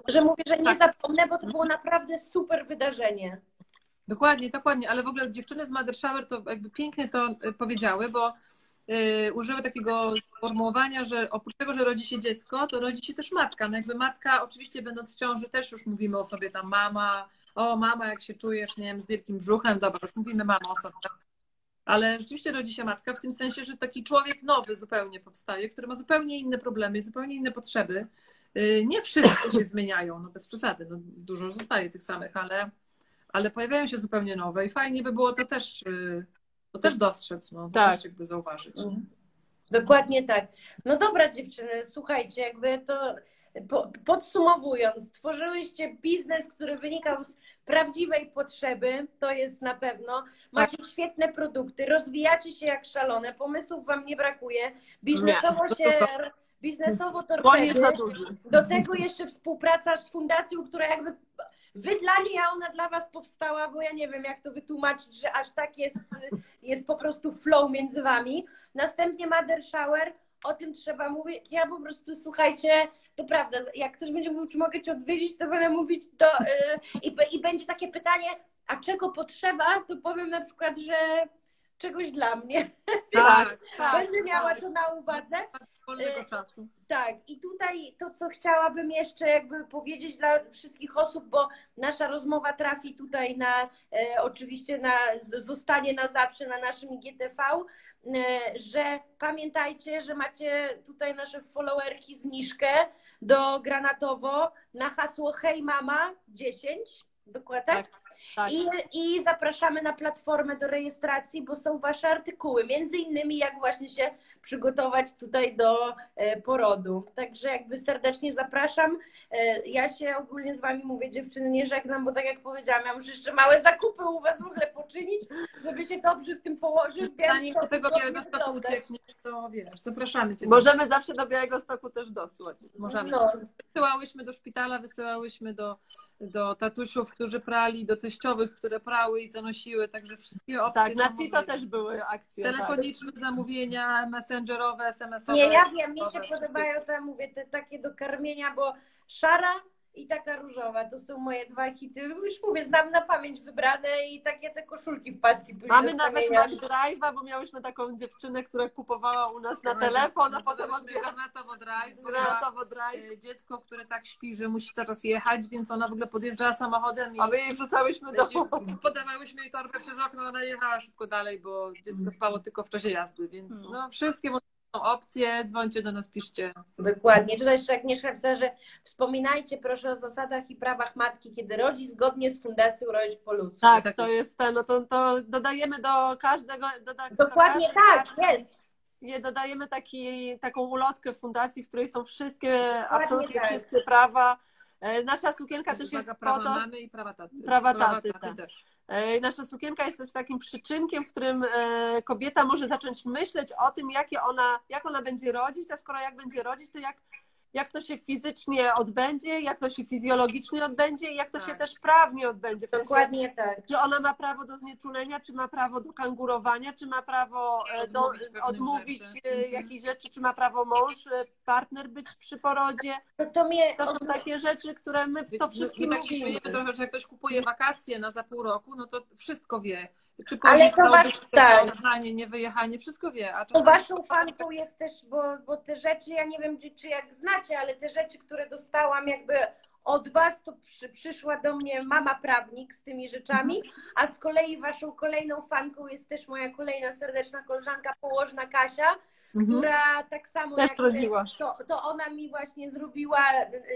że mówię, że nie Tak. zapomnę, bo to było naprawdę super wydarzenie. Dokładnie, dokładnie, ale w ogóle dziewczyny z Mother Shower to jakby pięknie to powiedziały, bo użyły takiego sformułowania, że oprócz tego, że rodzi się dziecko, to rodzi się też matka. No jakby matka, oczywiście będąc w ciąży, też już mówimy o sobie tam mama, o mama, jak się czujesz, nie wiem, z wielkim brzuchem, dobra, już mówimy mama o sobie. Ale rzeczywiście rodzi się matka w tym sensie, że taki człowiek nowy zupełnie powstaje, który ma zupełnie inne problemy, zupełnie inne potrzeby. Nie wszystkie się zmieniają, no bez przesady, no dużo zostaje tych samych, ale pojawiają się zupełnie nowe i fajnie by było to też dostrzec, no, Tak. też jakby zauważyć. Dokładnie tak. No dobra dziewczyny, słuchajcie, jakby to podsumowując, stworzyłyście biznes, który wynikał z prawdziwej potrzeby, to jest na pewno. Macie świetne produkty, rozwijacie się jak szalone, pomysłów wam nie brakuje, biznesowo Koniec za torpedy. duży. Do tego jeszcze współpraca z fundacją, która jakby wydlanie, a ona dla was powstała, bo ja nie wiem, jak to wytłumaczyć, że aż tak jest po prostu flow między wami. Następnie Mother Shower, o tym trzeba mówić. Ja po prostu, słuchajcie, to prawda, jak ktoś będzie mówił, czy mogę cię odwiedzić, to będę mówić i będzie takie pytanie, a czego potrzeba, to powiem na przykład, że czegoś dla mnie. Tak, Będę miała to na uwadze. Wolnego czasu. Tak, i tutaj to, co chciałabym jeszcze jakby powiedzieć dla wszystkich osób, bo nasza rozmowa trafi tutaj oczywiście zostanie na zawsze na naszym IGTV, że pamiętajcie, że macie tutaj nasze followerki zniżkę do Granatowo na hasło Hej Mama 10, dokładnie tak? Tak. I zapraszamy na platformę do rejestracji, bo są wasze artykuły, między innymi jak właśnie się przygotować tutaj do porodu. Także jakby serdecznie zapraszam. Ja się ogólnie z wami mówię, dziewczyny, nie żegnam, bo tak jak powiedziałam, ja muszę jeszcze małe zakupy u was w ogóle poczynić, żeby się dobrze w tym położyć. Zanim do tego Białegostoku uciekniesz, to wiesz, zapraszamy cię. Możemy zawsze do Białegostoku też dosłać. Możemy. No. Wysyłałyśmy do szpitala, wysyłałyśmy do tatusiów, którzy prali, do teściowych, które prały i zanosiły, także wszystkie opcje Tak, na są CITO możliwe. też były akcje. Telefoniczne zamówienia, messengerowe, SMS-owe. Nie, ja wiem, mi się wszystkie. podobają te, mówię, te takie do karmienia, bo szara i taka różowa, to są moje dwa hity. Już mówię, znam na pamięć wybrane i takie te koszulki w paski. Mamy nawet Drive'a, bo miałyśmy taką dziewczynę, która kupowała u nas na telefon, a potem Granatowo Drive. Granatowo Drive. Dziecko, które tak śpi, że musi zaraz jechać, więc ona w ogóle podjeżdżała samochodem i A my jej wrzucałyśmy do... podawałyśmy jej torbę przez okno, ona jechała szybko dalej, bo dziecko spało tylko w czasie jazdy, więc no wszystkie opcje, dzwońcie do nas, piszcie. Dokładnie. Tutaj jeszcze Agnieszka pisała, że wspominajcie proszę o zasadach i prawach matki, kiedy rodzi, zgodnie z Fundacją Rodzić po ludzku. Tak, to jest ten, no to dodajemy do każdego... Dokładnie do tak, jest. Nie dodajemy taką ulotkę w fundacji, w której są wszystkie, absolutnie tak. wszystkie prawa. Nasza sukienka też jest prawa po to... mamy i prawa taty. Prawa taty, tak. też. Nasza sukienka jest też takim przyczynkiem, w którym kobieta może zacząć myśleć o tym, jak ona będzie rodzić, a skoro jak będzie rodzić, to jak to się fizycznie odbędzie, jak to się fizjologicznie odbędzie i jak to się też prawnie odbędzie. W sensie, Dokładnie tak. czy ona ma prawo do znieczulenia, czy ma prawo do kangurowania, czy ma prawo odmówić jakichś rzeczy, czy ma prawo mąż, partner być przy porodzie. To są takie rzeczy, które my w to wszystkim my tak się mówimy. śmiejemy trochę, że jak ktoś kupuje wakacje za pół roku, no to wszystko wie. Czy Ale to tak. wyjechanie, nie wyjechanie, wszystko wie. A To czasami... waszą fanką jest też, bo te rzeczy, ja nie wiem, czy jak znacie, ale te rzeczy, które dostałam jakby od was, to przyszła do mnie mama prawnik z tymi rzeczami, a z kolei waszą kolejną fanką jest też moja kolejna serdeczna koleżanka, położna Kasia, która tak samo też to ona mi właśnie zrobiła,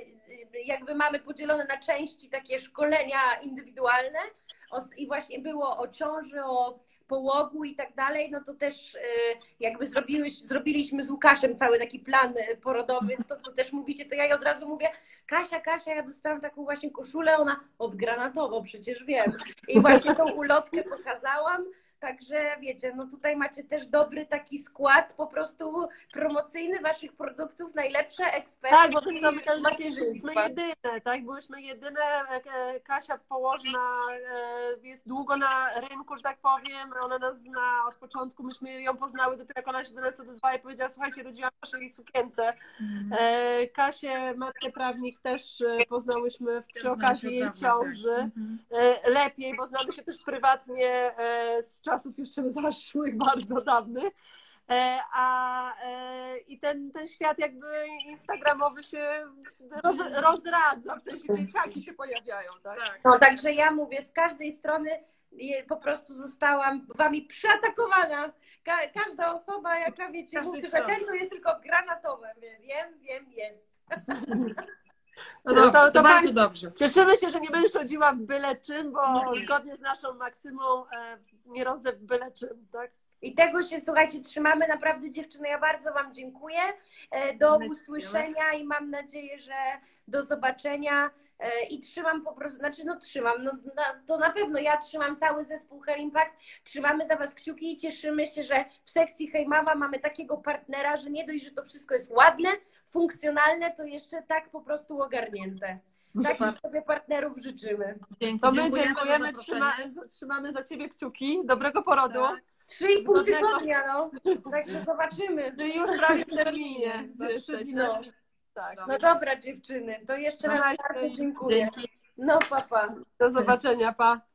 jakby mamy podzielone na części takie szkolenia indywidualne i właśnie było o ciąży, o połogu i tak dalej, no to też jakby zrobiliśmy z Łukaszem cały taki plan porodowy, to co też mówicie, to ja jej od razu mówię, Kasia, ja dostałam taką właśnie koszulę, ona od Granatowo, przecież wiem. I właśnie tą ulotkę pokazałam, Także wiecie, no tutaj macie też dobry taki skład po prostu promocyjny waszych produktów, najlepsze eksperty. Tak, bo my też byliśmy jedyne, tak? Byłyśmy jedyne. Kasia Położna jest długo na rynku, że tak powiem. Ona nas zna od początku. Myśmy ją poznały dopiero jak ona się do nas odezwała i powiedziała: słuchajcie, rodziłam w naszej sukience. Kasię, matkę prawnik, też poznałyśmy przy okazji jej ciąży. Lepiej, bo znamy się też prywatnie z czasów jeszcze zaszłych, bardzo dawnych. I ten świat jakby instagramowy się rozradza, w sensie dzieciaki się pojawiają, tak? No także ja mówię, z każdej strony po prostu zostałam wami przeatakowana. Każda osoba, jaka wiecie, mówi, że to jest tylko granatowe. Wiem, jest. No to bardzo dobrze. Cieszymy się, że nie będziesz rodziła w byle czym, bo zgodnie z naszą maksymą nie rodzę w byle czym, tak? I tego się, słuchajcie, trzymamy. Naprawdę, dziewczyny, ja bardzo wam dziękuję. Do usłyszenia i mam nadzieję, że do zobaczenia. I trzymam po prostu, to na pewno ja trzymam cały zespół Hair Impact, trzymamy za was kciuki i cieszymy się, że w sekcji Hej Mama mamy takiego partnera, że nie dość, że to wszystko jest ładne, funkcjonalne, to jeszcze tak po prostu ogarnięte. Takich sobie partnerów życzymy. To my dziękujemy, trzymamy za ciebie kciuki. Dobrego porodu. Tak. 3,5 tygodnia, no. Także zobaczymy. Ty już prawie w terminie. No dobra, dziewczyny, to jeszcze raz bardzo dziękuję. No, pa. Do zobaczenia, pa.